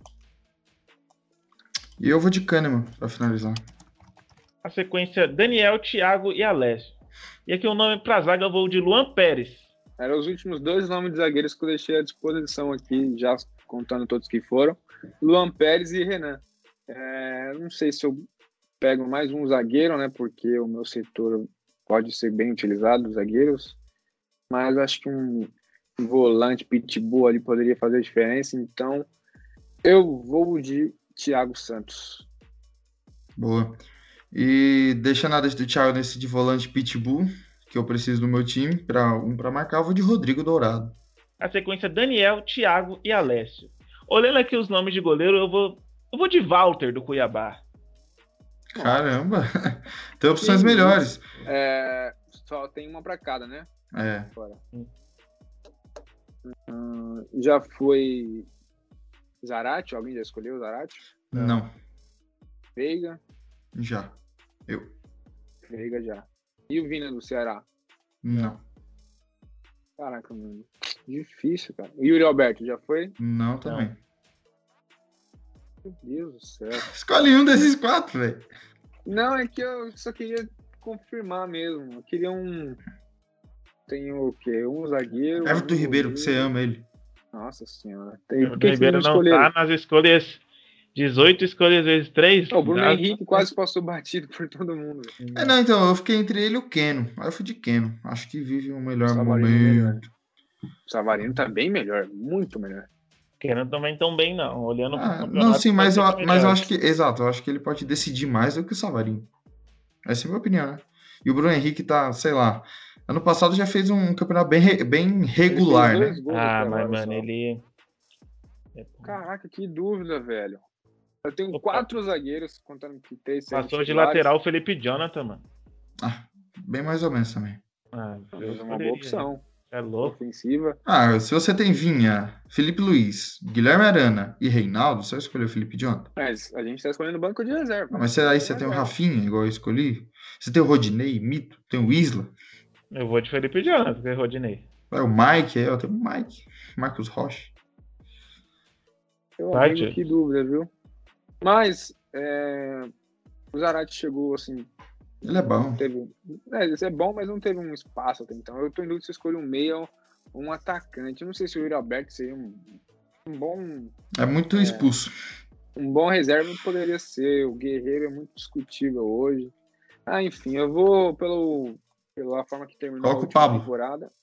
E eu vou de Kahneman pra finalizar.
A sequência, Daniel, Thiago e Alessio. E aqui o nome pra zaga, eu vou de Luan Pérez.
Eram os últimos dois nomes de zagueiros que eu deixei à disposição aqui, já contando todos que foram. Luan Pérez e Renan. É, não sei se eu pego mais um zagueiro, né? Porque o meu setor pode ser bem utilizado, os zagueiros. Mas acho que um volante pitbull ali poderia fazer a diferença. Então, eu vou de Thiago Santos.
Boa. E deixa nada do Thiago nesse de volante pitbull, que eu preciso no meu time, para um para marcar, eu vou de Rodrigo Dourado.
A sequência, Daniel, Thiago e Alessio. Olhando aqui os nomes de goleiro, eu vou, eu vou de Walter, do Cuiabá.
Caramba! Tem opções
Sim,
melhores.
É, só tem uma para cada, né?
É.
Fora. Hum, já foi Zarate? Alguém já escolheu Zarate?
Não.
Veiga?
Já. Eu.
Veiga já. E o Vina do Ceará?
Não.
Caraca, mano. Difícil, cara. O Yuri Alberto já foi?
Não também.
Meu Deus do céu.
Escolhe um desses quatro, velho.
Não, é que eu só queria confirmar mesmo. Eu queria um... Tem o quê? Um zagueiro...
Everton
um
Ribeiro, que
goleiro.
você ama ele.
Nossa senhora. Tem...
O
Por que, que
Ribeiro
vocês não
não
escolheram?
tá nas escolhas. dezoito escolhas vezes três.
O Bruno Henrique quase passou batido por todo mundo.
É, não, então, eu fiquei entre ele e o Keno. Aí eu fui de Keno. Acho que vive um melhor
Savarino
momento.
melhor. O Savarino tá bem melhor, muito melhor.
Kenan também tão bem, não. Olhando pro
Ah,
campeonato,
não, sim, mas eu,
pode ser
mas eu
melhor.
acho que, exato, eu acho que ele pode decidir mais do que o Savarino. Essa é a minha opinião, né? E o Bruno Henrique tá, sei lá, ano passado já fez um campeonato bem, re- bem regular,
Ele
né?
fez dois gols
Ah,
até
mas,
agora
mano,
só.
ele.
Caraca, que dúvida, velho. Eu tenho
Opa.
quatro zagueiros, contando que três são
Passou de
titulares.
lateral o Felipe Jonathan, mano.
Ah, bem mais ou menos também.
Ah,
Mas
eu
é uma boa
escolheria.
opção.
É louco.
Ofensiva.
Ah, se você tem Vinha, Felipe Luiz, Guilherme Arana e Reinaldo, você vai escolher o Felipe Jonathan?
Mas a gente tá escolhendo banco de reserva.
Ah, mas você- aí você tem o Rafinha, igual eu escolhi. Você tem o Rodinei, Mito, tem o Isla,
Eu vou de Felipe Jonathan, que é Rodinei.
vai o Mike, aí eu tenho o Mike, Marcos Rocha.
Meu
Vai,
amigo,
Tio.
que dúvida, viu? Mas é, o Zarate chegou assim,
Ele é bom.
teve. É, isso é bom, mas não teve um espaço até então. Eu tô em dúvida se eu escolho um meia ou um atacante. Eu não sei se o Yuri Alberto seria um, um bom.
É muito expulso.
Um bom reserva poderia ser. O Guerreiro é muito discutível hoje. Ah, enfim, eu vou pelo, pela forma que terminou
Coloca
a
o
última
Pablo.
temporada.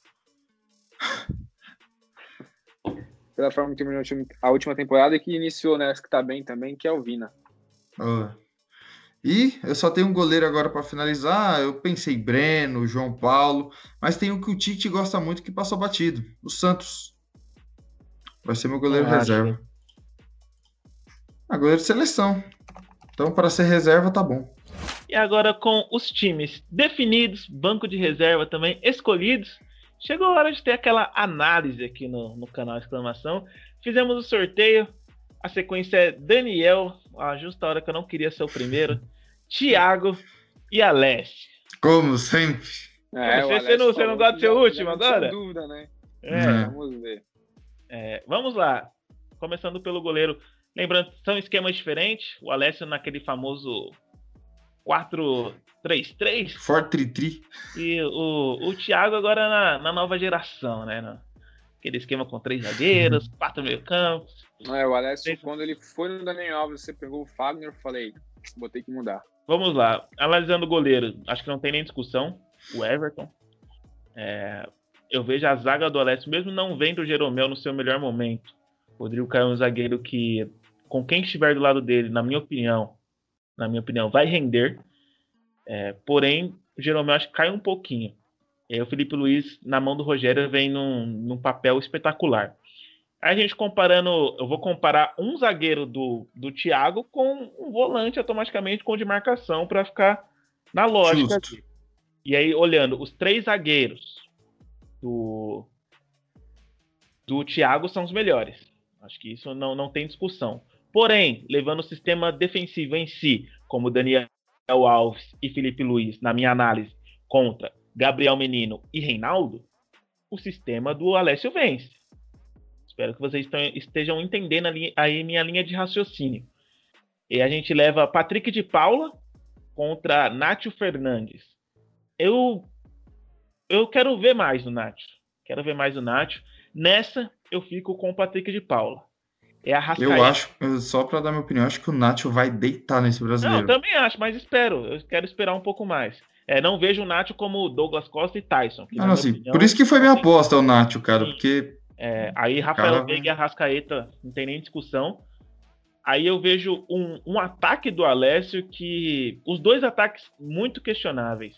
Pela forma que terminou a última temporada e que iniciou nessa que tá bem também, que é o Vina.
Ah. E eu só tenho um goleiro agora para finalizar. Eu pensei Breno, João Paulo, mas tem um que o Tite gosta muito que passou batido. O Santos. Vai ser meu goleiro
Não acho.
reserva. Ah, goleiro de seleção. Então, para ser reserva, tá bom.
E agora, com os times definidos, banco de reserva também escolhidos, chegou a hora de ter aquela análise aqui no, no canal Exclamação. Fizemos o sorteio. A sequência é Daniel, a justa hora que eu não queria ser o primeiro, Thiago e Alessio.
Como sempre.
É,
você, você, não, você não gosta de ser o último agora?
Sem dúvida, né?
É.
É.
Vamos ver.
É, vamos lá. Começando pelo goleiro. Lembrando, são esquemas diferentes. O Alessio naquele famoso quatro três três.
Forte tri-tri.
E o, o Thiago agora na, na nova geração, né? No, aquele esquema com três zagueiros, quatro meio campos.
É, o Alessio, quando ele foi no Daniel Alves, você pegou o Fagner, eu falei, vou ter que mudar.
Vamos lá. Analisando o goleiro, acho que não tem nem discussão. O Everton. É, eu vejo a zaga do Alessio, mesmo não vendo o Jeromel no seu melhor momento. O Rodrigo Caio é um zagueiro que, com quem estiver do lado dele, na minha opinião, na minha opinião, vai render. É, porém, o Jeromel acho que cai um pouquinho. E aí o Felipe Luiz, na mão do Rogério, vem num, num papel espetacular. Aí a gente comparando, eu vou comparar um zagueiro do, do Thiago com um volante automaticamente com de marcação para ficar na lógica aqui. E aí, olhando, os três zagueiros do, do Thiago são os melhores. Acho que isso não, não tem discussão. Porém, levando o sistema defensivo em si, como Daniel Alves e Felipe Luiz, na minha análise, contra Gabriel Menino e Reinaldo, o sistema do Alessio vence. Espero que vocês estejam entendendo aí minha linha de raciocínio. E a gente leva Patrick de Paula contra Nátio Fernandes. Eu, eu quero ver mais do Nátio. Quero ver mais do Nátio. Nessa, eu fico com o Patrick de Paula. É a Rascaeta.
Eu acho, só para dar minha opinião, acho que o Nátio vai deitar nesse brasileiro.
Não, também acho, mas espero. Eu quero esperar um pouco mais. É, não vejo o Nátio como Douglas Costa e Tyson. Que,
ah, não, assim,
opinião,
por isso que foi minha aposta o Nátio, cara, sim. Porque...
É, aí Rafael cara... Veiga e Arrascaeta, não tem nem discussão. Aí eu vejo um, um ataque do Alessio que... Os dois ataques muito questionáveis.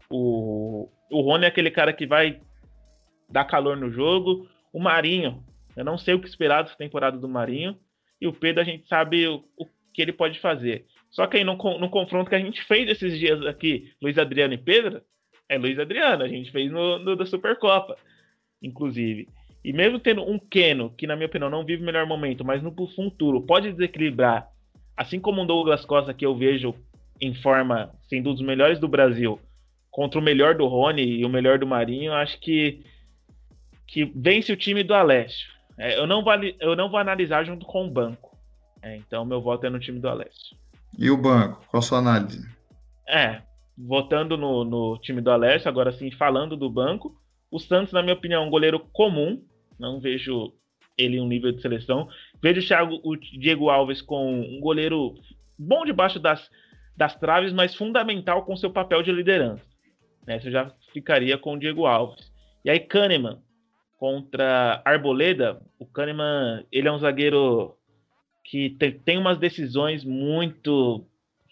O, o Rony é aquele cara que vai dar calor no jogo. O Marinho, eu não sei o que esperar dessa temporada do Marinho. E o Pedro, a gente sabe o, o que ele pode fazer. Só que aí no, no confronto que a gente fez esses dias aqui, Luiz Adriano e Pedro, é Luiz Adriano. A gente fez no, no da Supercopa, inclusive. E mesmo tendo um Keno, que na minha opinião não vive o melhor momento, mas no futuro pode desequilibrar, assim como um Douglas Costa que eu vejo em forma sendo um dos melhores do Brasil, contra o melhor do Rony e o melhor do Marinho, acho que, que vence o time do Alessio. É, eu, não vou, eu não vou analisar junto com o banco. É, então meu voto é no time do Alessio.
E o banco? Qual a sua análise?
É, votando no, no time do Alessio, agora sim falando do banco, o Santos, na minha opinião, é um goleiro comum. Não vejo ele em um nível de seleção. Vejo o, Thiago, o Diego Alves com um goleiro bom debaixo das, das traves, mas fundamental com seu papel de liderança. Nessa eu já ficaria com o Diego Alves. E aí Kahneman contra Arboleda. O Kahneman, ele é um zagueiro que tem, tem umas decisões muito,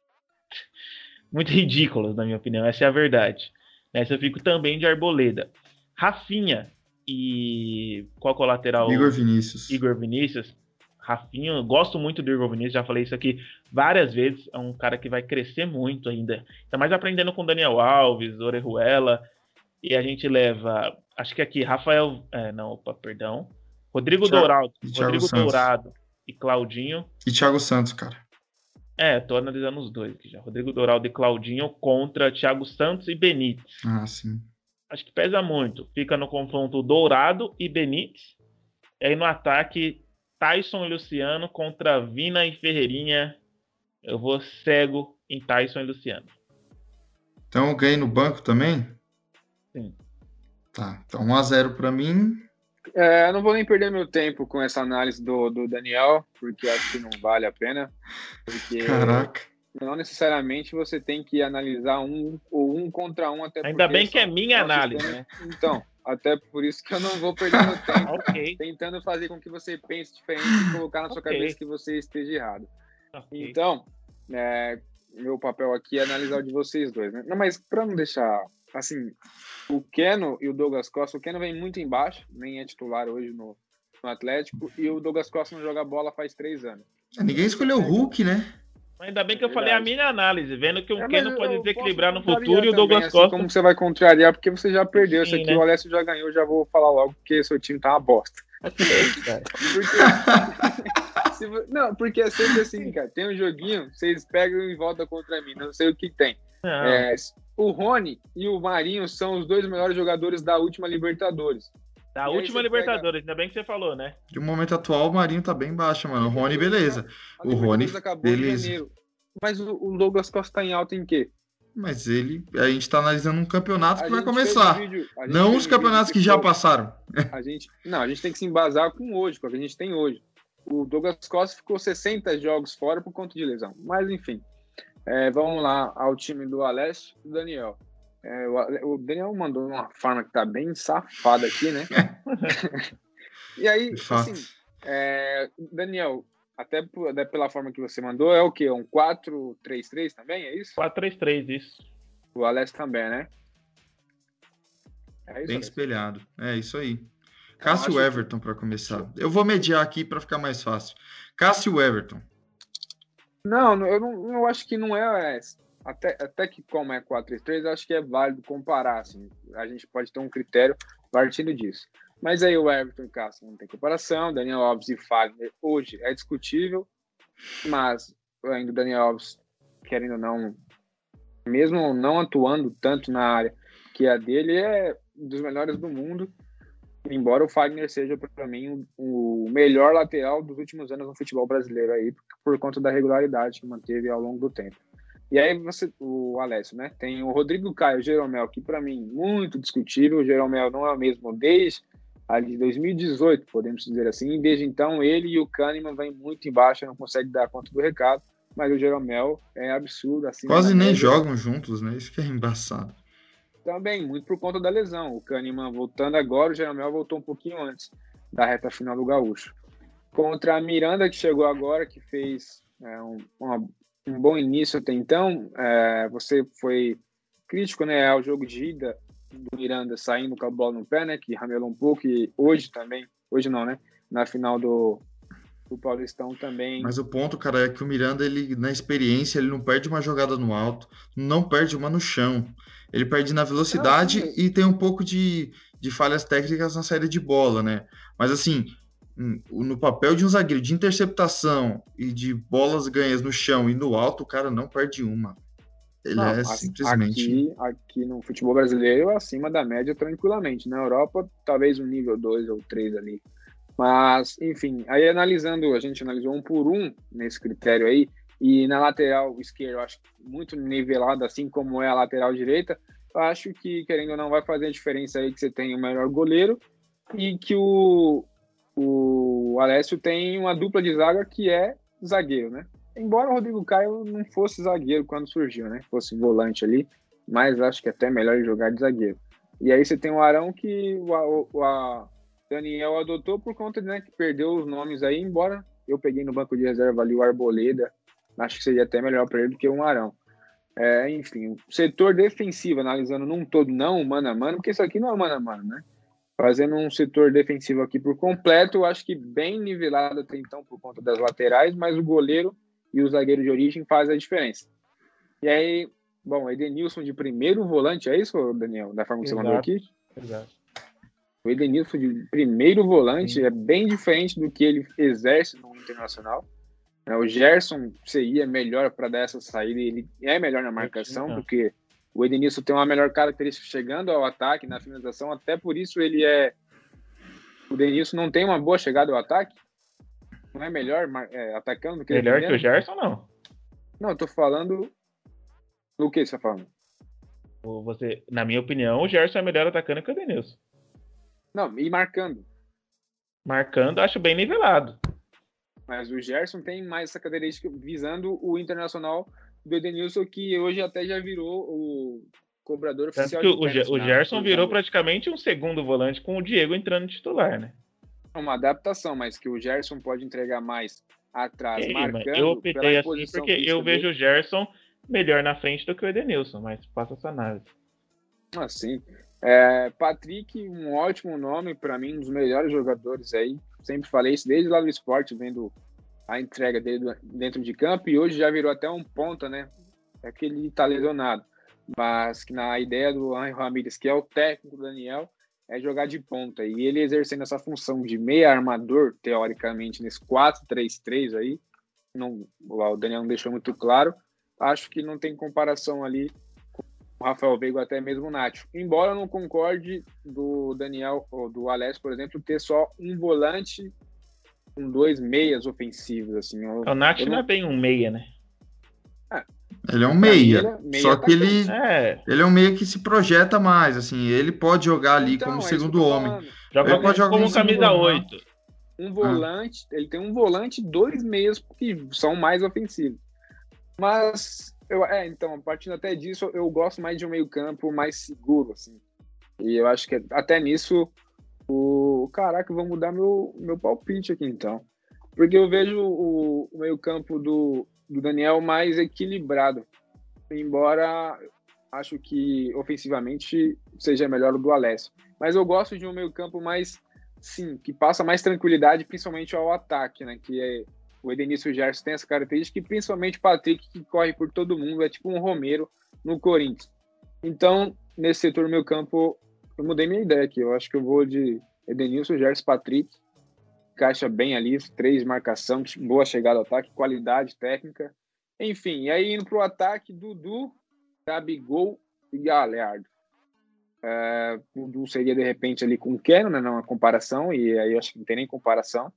muito ridículas, na minha opinião. Essa é a verdade. Nessa eu fico também de Arboleda. Rafinha e qual é o lateral?
Igor Vinícius.
Igor Vinícius. Rafinha, eu gosto muito do Igor Vinícius, já falei isso aqui várias vezes, é um cara que vai crescer muito ainda. Tá mais aprendendo com Daniel Alves, Orejuela, e a gente leva, acho que aqui, Rafael, é, não, opa, perdão, Rodrigo
Thiago,
Dourado,
e
Rodrigo
Santos.
Dourado e Claudinho.
E Thiago Santos, cara.
É, tô analisando os dois aqui já. Rodrigo Dourado e Claudinho contra Thiago Santos e Benítez.
Ah, sim.
Acho que pesa muito. Fica no confronto Dourado e Benítez. E aí no ataque, Tyson e Luciano contra Vina e Ferreirinha. Eu vou cego em Tyson e Luciano.
Então eu ganhei no banco também?
Sim.
Tá, então um a zero pra mim.
É, eu não vou nem perder meu tempo com essa análise do, do Daniel, porque acho que não vale a pena. Porque
Caraca.
não necessariamente você tem que analisar um ou um contra um, até
Ainda
porque
bem que é minha análise,
sistemas...
né?
Então, até por isso que eu não vou perder meu tempo
Ok.
tentando fazer com que você pense diferente e colocar na sua
Ok.
cabeça que você esteja errado.
Ok.
Então, é, meu papel aqui é analisar o de vocês dois, né? Não, mas para não deixar, assim, o Keno e o Douglas Costa, o Keno vem muito embaixo, nem é titular hoje no, no Atlético, e o Douglas Costa não joga bola faz três anos.
Ninguém escolheu o Hulk, né?
Ainda bem que
É
eu falei a
verdade.
minha análise, vendo que o
É, mas
Keno pode
eu
desequilibrar
posso
no futuro e o
contrariar
Douglas
também, assim
Costa.
como você vai contrariar, porque você já perdeu isso
Sim,
aqui.
né?
O Alessio já ganhou, eu já vou falar logo, porque seu time tá uma bosta.
Ok, cara.
Porque... se vo- Não, porque é sempre assim, cara. Tem um joguinho, vocês pegam e voltam contra mim. Não sei o que tem.
Não.
É, o Rony e o Marinho são os dois melhores jogadores da última Libertadores.
Da
E aí
última
você
Libertadores, ainda bem que você falou, né?
De um momento atual, o Marinho tá bem baixo, mano. O Rony, beleza.
A
O Rony,
Libertadores acabou em
beleza.
janeiro. Mas o, o Douglas Costa tá em alta em quê?
Mas ele, a gente tá analisando um campeonato
A
que vai
gente fez um
começar.
vídeo- a gente
Não
fez
os
um
campeonatos
vídeo
que já
foi-
passaram.
A gente, não, a gente tem que se embasar com hoje, com o que a gente tem hoje. O Douglas Costa ficou sessenta jogos fora por conta de lesão. Mas, enfim, é, vamos lá ao time do Alessio e do Daniel. É, o, Ale- o Daniel mandou uma forma que tá bem safada aqui, né? E aí,
De fato.
assim, é, Daniel, até, por- até pela forma que você mandou, é o quê? Um quatro três três também, é isso?
quatro três três, isso.
O Alessio também, né? É isso,
Bem
Alessio?
espelhado. É isso aí.
Eu
Cássio
acho que-
Everton para começar. Eu vou mediar aqui para ficar mais fácil. Cássio Everton.
Não, não, eu não eu acho que não é. é, Até, até que, como é quatro três três, eu acho que é válido comparar. Assim, a gente pode ter um critério partindo disso. Mas aí o Everton e o Cássio não tem comparação. Daniel Alves e Fagner hoje é discutível. Mas ainda o Daniel Alves, querendo ou não, mesmo não atuando tanto na área que a dele, é um dos melhores do mundo. Embora o Fagner seja, para mim, o melhor lateral dos últimos anos no futebol brasileiro aí, por conta da regularidade que manteve ao longo do tempo. E aí você, o Alessio, né? Tem o Rodrigo Caio, o Jeromel, que para mim muito discutível. O Jeromel não é o mesmo desde ali dois mil e dezoito, podemos dizer assim. E desde então ele e o Kahneman vêm muito embaixo, não conseguem dar conta do recado. Mas o Jeromel é absurdo, acima
Quase
da
nem
média.
jogam juntos, né? Isso que é embaçado.
Também, muito por conta da lesão. O Kahneman voltando agora, o Jeromel voltou um pouquinho antes da reta final do Gaúcho. Contra a Miranda, que chegou agora, que fez é, um, uma, um bom início até então, é, você foi crítico, né, ao jogo de ida do Miranda saindo com a bola no pé, né, que ramelou um pouco, e hoje também, hoje não, né, na final do, do Paulistão também.
Mas o ponto, cara, é que o Miranda, ele, na experiência, ele não perde uma jogada no alto, não perde uma no chão. Ele perde na velocidade
Não, sim.
e tem um pouco de, de falhas técnicas na saída de bola, né? Mas assim, hum, no papel de um zagueiro de interceptação e de bolas ganhas no chão e no alto, o cara não perde uma. Ele
Não,
é
a-
simplesmente.
aqui, aqui no futebol brasileiro, acima da média tranquilamente. Na Europa, talvez um nível dois ou três ali. Mas, enfim, aí analisando, a gente analisou um por um nesse critério aí, e na lateral esquerda, eu acho muito nivelado, assim como é a lateral direita. Eu acho que, querendo ou não, vai fazer a diferença aí que você tem o melhor goleiro e que o, o Alessio tem uma dupla de zaga que é zagueiro, né? Embora o Rodrigo Caio não fosse zagueiro quando surgiu, né? Fosse volante ali, mas acho que até melhor ele jogar de zagueiro. E aí você tem o Arão que o, o, o a Daniel adotou por conta de, né, que perdeu os nomes aí, embora eu peguei no banco de reserva ali o Arboleda, acho que seria até melhor para ele do que um Arão. É, enfim, o setor defensivo, analisando num todo, não o mano a mano, porque isso aqui não é mano a mano, né? Fazendo um setor defensivo aqui por completo, eu acho que bem nivelado até então por conta das laterais, mas o goleiro e o zagueiro de origem fazem a diferença. E aí, bom, Edenilson de primeiro volante, é isso, Daniel? Da forma que você mandou
Exato.
aqui?
Exato.
O Edenilson de primeiro volante
Sim.
é bem diferente do que ele exerce no Internacional. O Gerson seria melhor para dar essa saída, ele é melhor na marcação,
Sim,
porque o Edenilson tem uma melhor característica chegando ao ataque, na finalização, até por isso ele é... O Edenilson não tem uma boa chegada ao ataque? Não é melhor é, atacando do que
Melhor que o
defendendo?
Gerson, não.
Não, eu tô falando... O que você tá falando?
Você, na minha opinião, o Gerson é melhor atacando que o Edenilson.
Não, e marcando.
Marcando, acho bem nivelado.
Mas o Gerson tem mais essa característica visando o Internacional do Edenilson, que hoje até já virou o cobrador
Tanto
oficial
que
de
o, Ge-
pênalti
o
na
Gerson
posição
virou
dele.
praticamente um segundo volante com o Diego entrando titular, né?
É uma adaptação, mas que o Gerson pode entregar mais atrás,
Ok, mas eu
marcando pela
optei assim
imposição
porque eu
física
vejo
dele.
o Gerson melhor na frente do que o Edenilson, mas faça essa análise.
Assim, é, Patrick, um ótimo nome, para mim, um dos melhores jogadores aí. Sempre falei isso desde lá do esporte, vendo a entrega dele do- dentro de campo, e hoje já virou até um ponta, né? É que ele tá lesionado. Mas que na ideia do Angel Ramírez, que é o técnico do Daniel, é jogar de ponta. E ele exercendo essa função de meia armador, teoricamente, nesse quatro três três aí, não, o Daniel não deixou muito claro, acho que não tem comparação ali com o Rafael Veiga ou até mesmo o Nacho. Embora eu não concorde do Daniel ou do Alex, por exemplo, ter só um volante com dois meias ofensivos, assim. Eu,
O Nath
eu
não é
não,
bem um meia, né?
Ele é um
pra mim, ele
meia,
é meio
só que
atacante.
ele,
É,
ele é um meia que se projeta mais, assim, ele pode jogar ali como
Então, é isso que eu
segundo
tô
homem.
falando.
joga
Ele
Então,
pode
como,
jogar
tem
como
como
um,
segundo
camisa
homem, né?
oito.
um
Ah.
volante, ele tem um volante e dois meias que são mais ofensivos. Mas, eu, é, então, partindo até disso, eu gosto mais de um meio-campo mais seguro, assim. E eu acho que até nisso, o. Caraca, eu vou mudar meu, meu palpite aqui, então. Porque eu vejo o, o meio-campo do, do Daniel mais equilibrado. Embora acho que ofensivamente seja melhor o do Alessio. Mas eu gosto de um meio-campo mais, sim, que passa mais tranquilidade, principalmente ao ataque, né? Que é o Edenilson e o Gerson tem essa característica, e principalmente o Patrick, que corre por todo mundo, é tipo um Romero no Corinthians. Então, nesse setor do meio-campo, eu mudei minha ideia aqui. Eu acho que eu vou de Edenilson, Gerson, Patrick. Encaixa bem ali, três marcação, boa chegada ao ataque, qualidade técnica. Enfim, e aí indo para o ataque, Dudu, Gabigol e Galhardo. É, o Dudu seria de repente ali com o Keno, né? Não há comparação, e aí eu acho que não tem nem comparação.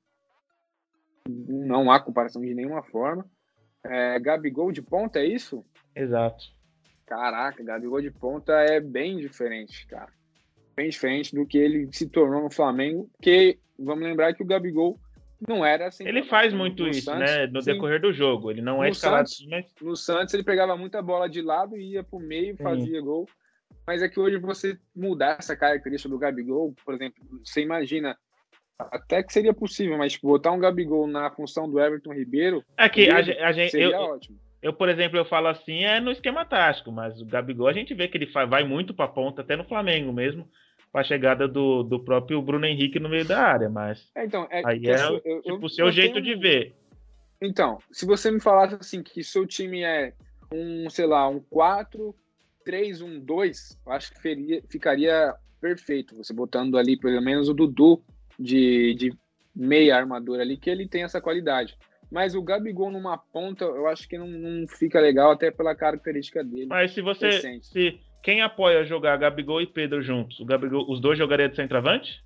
Não há comparação de nenhuma forma. É, Gabigol de ponta, é isso?
Exato.
Caraca, Gabigol de ponta é bem diferente, cara. Bem diferente do que ele se tornou no Flamengo, porque vamos lembrar que o Gabigol não era
Ele
centroavante,
faz
né? No,
muito
no
isso,
Santos,
né? No
sim.
decorrer do jogo. Ele não é
No
escalado
Santos,
assim, mas
no Santos ele pegava muita bola de lado e ia pro meio,
sim.
fazia gol. Mas é que hoje você mudar essa característica do Gabigol, por exemplo, você imagina, até que seria possível, mas tipo, botar um Gabigol na função do Everton Ribeiro,
É que a,
Pedro,
gen- a gente, eu,
seria ótimo.
eu, por exemplo, eu falo assim, é no esquema tático, mas o Gabigol a gente vê que ele fa- vai muito pra ponta, até no Flamengo mesmo, com a chegada do, do próprio Bruno Henrique no meio da área, mas
É, então, é
aí
que a
é
sua, eu,
tipo
eu,
o seu
eu tenho
jeito de
um.
ver.
Então, se você me falasse assim que seu time é um, sei lá, um quatro três um dois, eu acho que feria, ficaria perfeito. Você botando ali pelo menos o Dudu de, de meia armadura ali, que ele tem essa qualidade. Mas o Gabigol numa ponta, eu acho que não, não fica legal, até pela característica dele
Mas se você,
recente.
se quem apoia jogar Gabigol e Pedro juntos, o Gabigol, os dois jogariam de centroavante?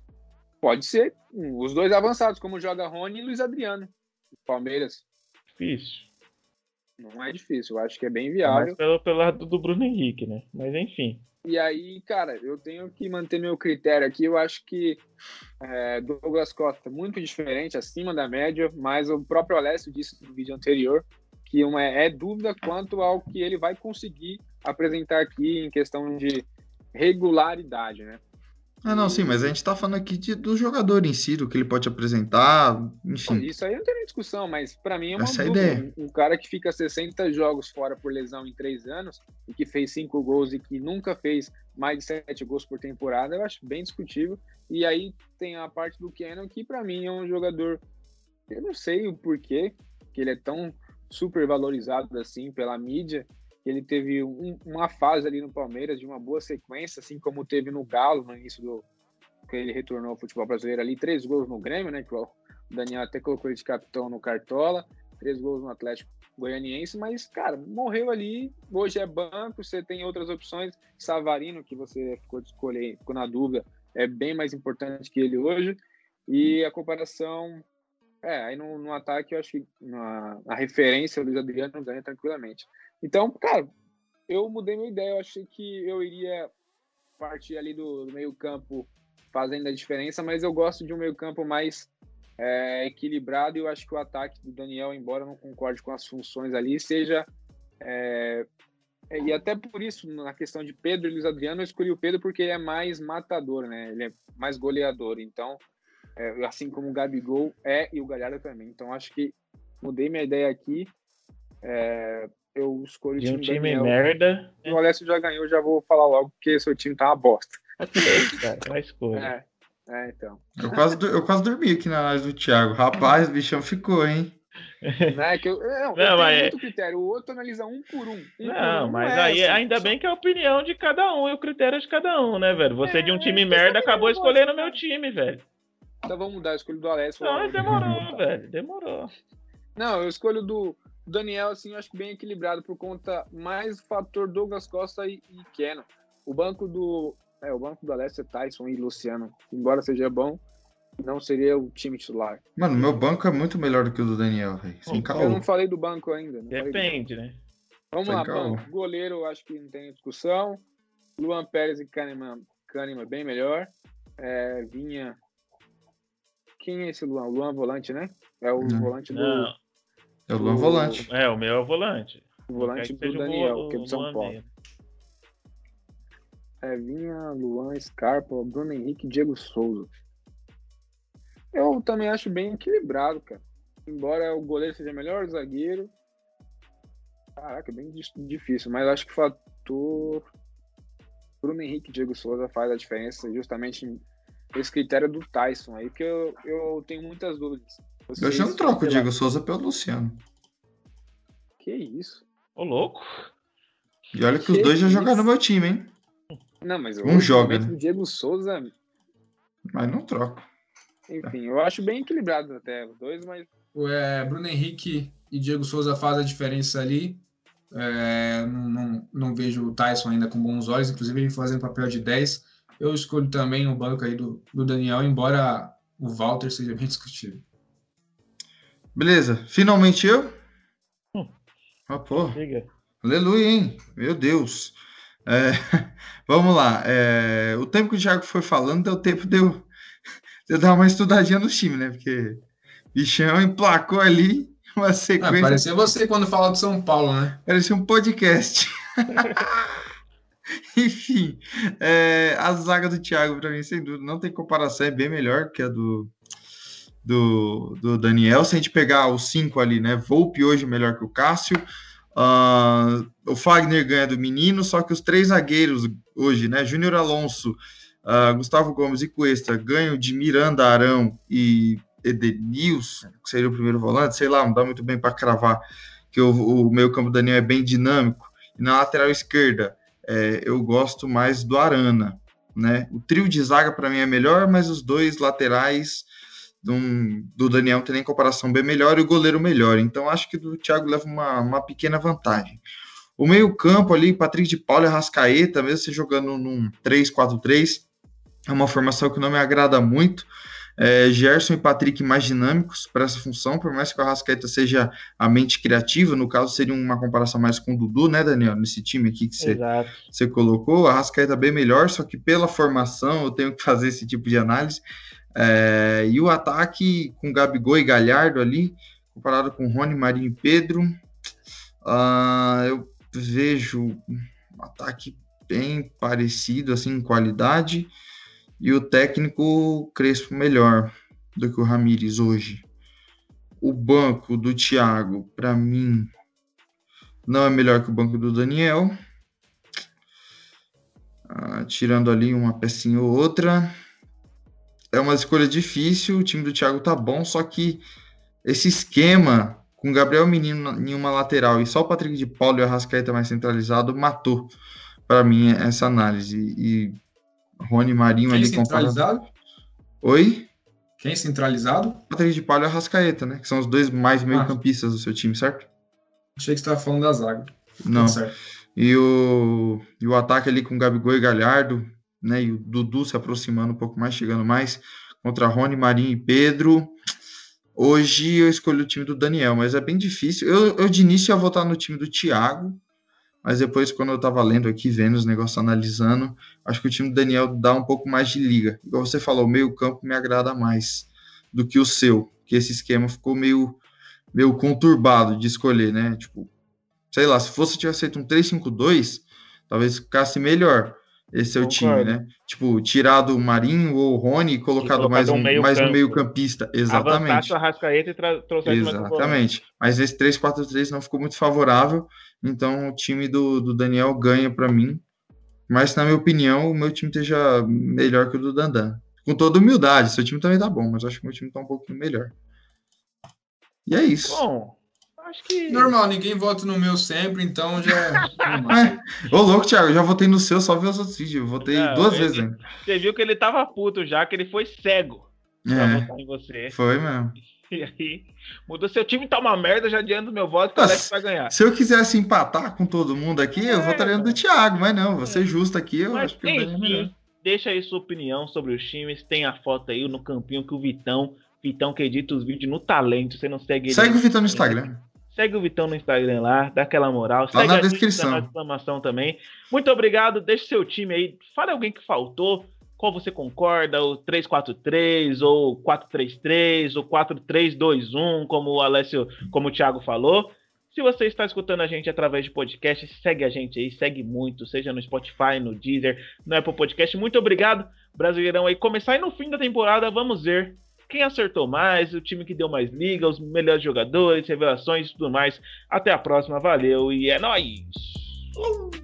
Pode ser hum, os dois avançados, como joga Rony e Luiz Adriano. Palmeiras.
Difícil.
Não é difícil, eu acho que é bem
É mais
viável.
pelo, pelo lado do Bruno Henrique, né? Mas enfim.
E aí, cara, eu tenho que manter meu critério aqui. Eu acho que é, Douglas Costa muito diferente, acima da média, mas o próprio Alessio disse no vídeo anterior que uma, é dúvida quanto ao que ele vai conseguir apresentar aqui em questão de regularidade, né?
Ah, não, sim, mas a gente tá falando aqui de, do jogador em si, do que ele pode apresentar, enfim.
Isso aí não tem nem discussão, mas para mim é uma
Essa é a
dúvida.
ideia.
Um, um cara que fica sessenta jogos fora por lesão em três anos e que fez cinco gols e que nunca fez mais de sete gols por temporada, eu acho bem discutível. E aí tem a parte do Kenan, que para mim é um jogador, eu não sei o porquê que ele é tão super valorizado assim pela mídia. Ele teve um, uma fase ali no Palmeiras de uma boa sequência, assim como teve no Galo no início do que ele retornou ao futebol brasileiro ali, três gols no Grêmio, né? Que o Daniel até colocou ele de capitão no Cartola, três gols no Atlético Goianiense, mas, cara, morreu ali, hoje é banco, você tem outras opções, Savarino, que você ficou de escolher, ficou na dúvida, é bem mais importante que ele hoje, e a comparação, é, aí no, no ataque eu acho que na, na referência o Luiz Adriano ganha tranquilamente. Então, cara, eu mudei minha ideia, eu achei que eu iria partir ali do, do meio campo fazendo a diferença, mas eu gosto de um meio campo mais é, equilibrado, e eu acho que o ataque do Daniel, embora eu não concorde com as funções ali, seja É, e até por isso, na questão de Pedro e Luiz Adriano, eu escolhi o Pedro porque ele é mais matador, né? Ele é mais goleador. Então, é, assim como o Gabigol é e o Galhardo também. Então, acho que mudei minha ideia aqui. É, eu escolho
De
o
um
time,
time
Daniel.
merda.
O Alessio já ganhou, já vou falar logo, porque seu time tá uma bosta.
Ok, cara, é uma escolha.
É, é então.
Eu quase, eu quase dormi aqui na análise do Thiago. Rapaz, o bichão ficou, hein?
Não, é que eu, não, eu
Não,
tenho
mas é-
muito critério. O outro analisa um por um. um por
Não,
um.
mas
é
aí
assim,
ainda
só-
bem que é a opinião de cada um e o critério de cada um, né, velho? Você de um
É,
time
eu
merda
também
acabou
não gosto,
escolhendo o
cara.
meu time, velho.
Então vamos mudar, eu escolho do Alessio.
Não,
logo.
demorou, velho. Demorou.
Não, eu escolho do Daniel, assim, eu acho que bem equilibrado por conta mais do fator Douglas Costa e, e Keno. O banco do é, o banco do Alessio é Tyson e Luciano. Embora seja bom, não seria o time titular.
Mano, meu banco é muito melhor do que o do Daniel, velho. Sem
Pô,
Eu
caô.
não falei do banco ainda. não falei do banco.
Depende, né?
Vamos
Sem
lá,
caô.
banco. Goleiro, eu acho que não tem discussão. Luan Pérez e Kahneman, Kahneman bem melhor. É, Vinha. Quem é esse Luan? Luan volante, né? É o
Não.
volante do.
Não,
É o Luan
O-
Volante.
é, o meu é o volante.
o
Não
volante
quer que
do
seja o
Daniel,
vo-
que é do São
Luan
Paulo.
mesmo.
É, Vinha, Luan, Scarpa, Bruno Henrique e Diego Souza. Eu também acho bem equilibrado, cara. Embora o goleiro seja melhor, o zagueiro. Caraca, é bem dis- difícil, mas acho que o fator Bruno Henrique e Diego Souza faz a diferença justamente esse critério do Tyson aí, porque eu, eu tenho muitas dúvidas.
Eu já não
Vocês,
troco o
sei lá,
Diego Souza pelo Luciano.
Que isso?
Ô, louco.
E olha que,
Que
os dois já
isso?
jogaram no meu time, hein?
Não, mas
Um
o
joga,
momento
né?
do Diego Souza,
Mas não troco.
enfim, eu acho bem equilibrado até os dois, mas
É, Bruno Henrique e Diego Souza fazem a diferença ali. É, não, não, não vejo o Tyson ainda com bons olhos, inclusive ele fazendo papel de dez. Eu escolho também o banco aí do, do Daniel, embora o Walter seja bem discutível.
Beleza, finalmente eu?
Hum.
Ah, pô.
Diga.
Aleluia, hein? Meu Deus. É, vamos lá. É, o tempo que o Thiago foi falando deu tempo de eu, de eu dar uma estudadinha no time, né? Porque bichão emplacou ali uma
Ah,
sequência.
parecia você quando fala do São Paulo, né?
Parecia um podcast. Enfim, é, a zaga do Thiago, para mim, sem dúvida, não tem comparação, é bem melhor que a do, do, do Daniel. Se a gente pegar os cinco ali, né? Volpe hoje melhor que o Cássio. Uh, o Fagner ganha do Menino, só que os três zagueiros hoje, né? Júnior Alonso, uh, Gustavo Gomes e Cuesta ganham de Miranda, Arão e Edenilson, que seria o primeiro volante, sei lá, não dá muito bem para cravar, que o, o meio campo do Daniel é bem dinâmico. E na lateral esquerda, é, eu gosto mais do Arana, né? O trio de zaga para mim é melhor, mas os dois laterais do, do Daniel não tem nem comparação, bem melhor, e o goleiro melhor. Então acho que o Thiago leva uma, uma pequena vantagem. O meio campo ali, Patrick de Paula e Arrascaeta, mesmo você jogando num três quatro três, é uma formação que não me agrada muito. É, Gerson e Patrick mais dinâmicos para essa função, por mais que o Arrascaeta seja a mente criativa, no caso seria uma comparação mais com o Dudu, né, Daniel, nesse time aqui que você,
Exato.
você colocou, o Arrascaeta bem melhor, só que pela formação eu tenho que fazer esse tipo de análise, é, e o ataque com Gabigol e Galhardo ali, comparado com Rony, Marinho e Pedro, uh, eu vejo um ataque bem parecido, assim, em qualidade, e o técnico Crespo melhor do que o Ramires hoje. O banco do Thiago, para mim, não é melhor que o banco do Daniel. Ah, tirando ali uma pecinha ou outra. É uma escolha difícil, o time do Thiago tá bom, só que esse esquema com Gabriel Menino em uma lateral e só o Patrick de Paula e o Arrascaeta mais centralizado matou para mim essa análise. E Rony Marinho
Quem
ali
centralizado?
comparado... Oi?
Quem centralizado?
Patrick de Paula e Arrascaeta, né? Que são os dois mais meio-campistas do seu time, certo?
Achei que você estava falando da zaga.
Não.
Tá certo.
E o, e o ataque ali com Gabigol e Galhardo, né? E o Dudu se aproximando um pouco mais, chegando mais, contra Rony, Marinho e Pedro. Hoje eu escolho o time do Daniel, mas é bem difícil. Eu, eu de início ia votar no time do Thiago, mas depois, quando eu tava lendo aqui, vendo os negócios, analisando, acho que o time do Daniel dá um pouco mais de liga. Igual você falou, o meio campo me agrada mais do que o seu, que esse esquema ficou meio, meio conturbado de escolher, né? Tipo, sei lá, se fosse tivesse feito um três cinco dois, talvez ficasse melhor esse seu time, né? Tipo, tirado o Marinho ou o Rony e colocado mais um,
meio
mais um
campo.
meio campista. Exatamente.
Avançasse o Arrascaeta e tra- trouxesse mais um volante.
Exatamente. Mas esse três quatro três não ficou muito favorável, então o time do, do Daniel ganha para mim. Mas, na minha opinião, o meu time esteja melhor que o do Dandan. Com toda humildade, seu time também tá bom, mas acho que o meu time tá um pouquinho melhor. E é isso.
Bom, acho que...
Normal, ninguém vota no meu sempre, então já...
Ô, louco, Thiago, eu já votei no seu, só ver os outros vídeos. Eu votei
Não,
duas
ele,
vezes ainda.
Você viu que ele tava puto já, que ele foi cego pra
É,
votar em você.
foi mesmo.
E aí, mudou. Seu time tá uma merda, já adianta o meu voto que o Alex vai ganhar.
Se eu quisesse empatar com todo mundo aqui, eu
É,
votaria no do Thiago, mas não, vou ser justo aqui, eu
Mas,
acho que o Daniel é melhor.
enfim, deixa aí sua opinião sobre os times. Tem a foto aí no campinho que o Vitão, Vitão que edita os vídeos no Talento. Você não segue ele?
Segue o Vitão no Instagram.
Segue o Vitão no Instagram lá, dá aquela moral.
Tá
Segue
na
a gente
descrição.
na exclamação também. Muito obrigado, deixe seu time aí. Fale alguém que faltou, qual você concorda, o três quatro três, ou quatro três três, ou quatro três dois um, como o Alessio, como o Thiago falou. Se você está escutando a gente através de podcast, segue a gente aí, segue muito, seja no Spotify, no Deezer, no Apple Podcast. Muito obrigado, Brasileirão aí. Começar e no fim da temporada, vamos ver quem acertou mais, o time que deu mais liga, os melhores jogadores, revelações e tudo mais. Até a próxima, valeu e é nóis!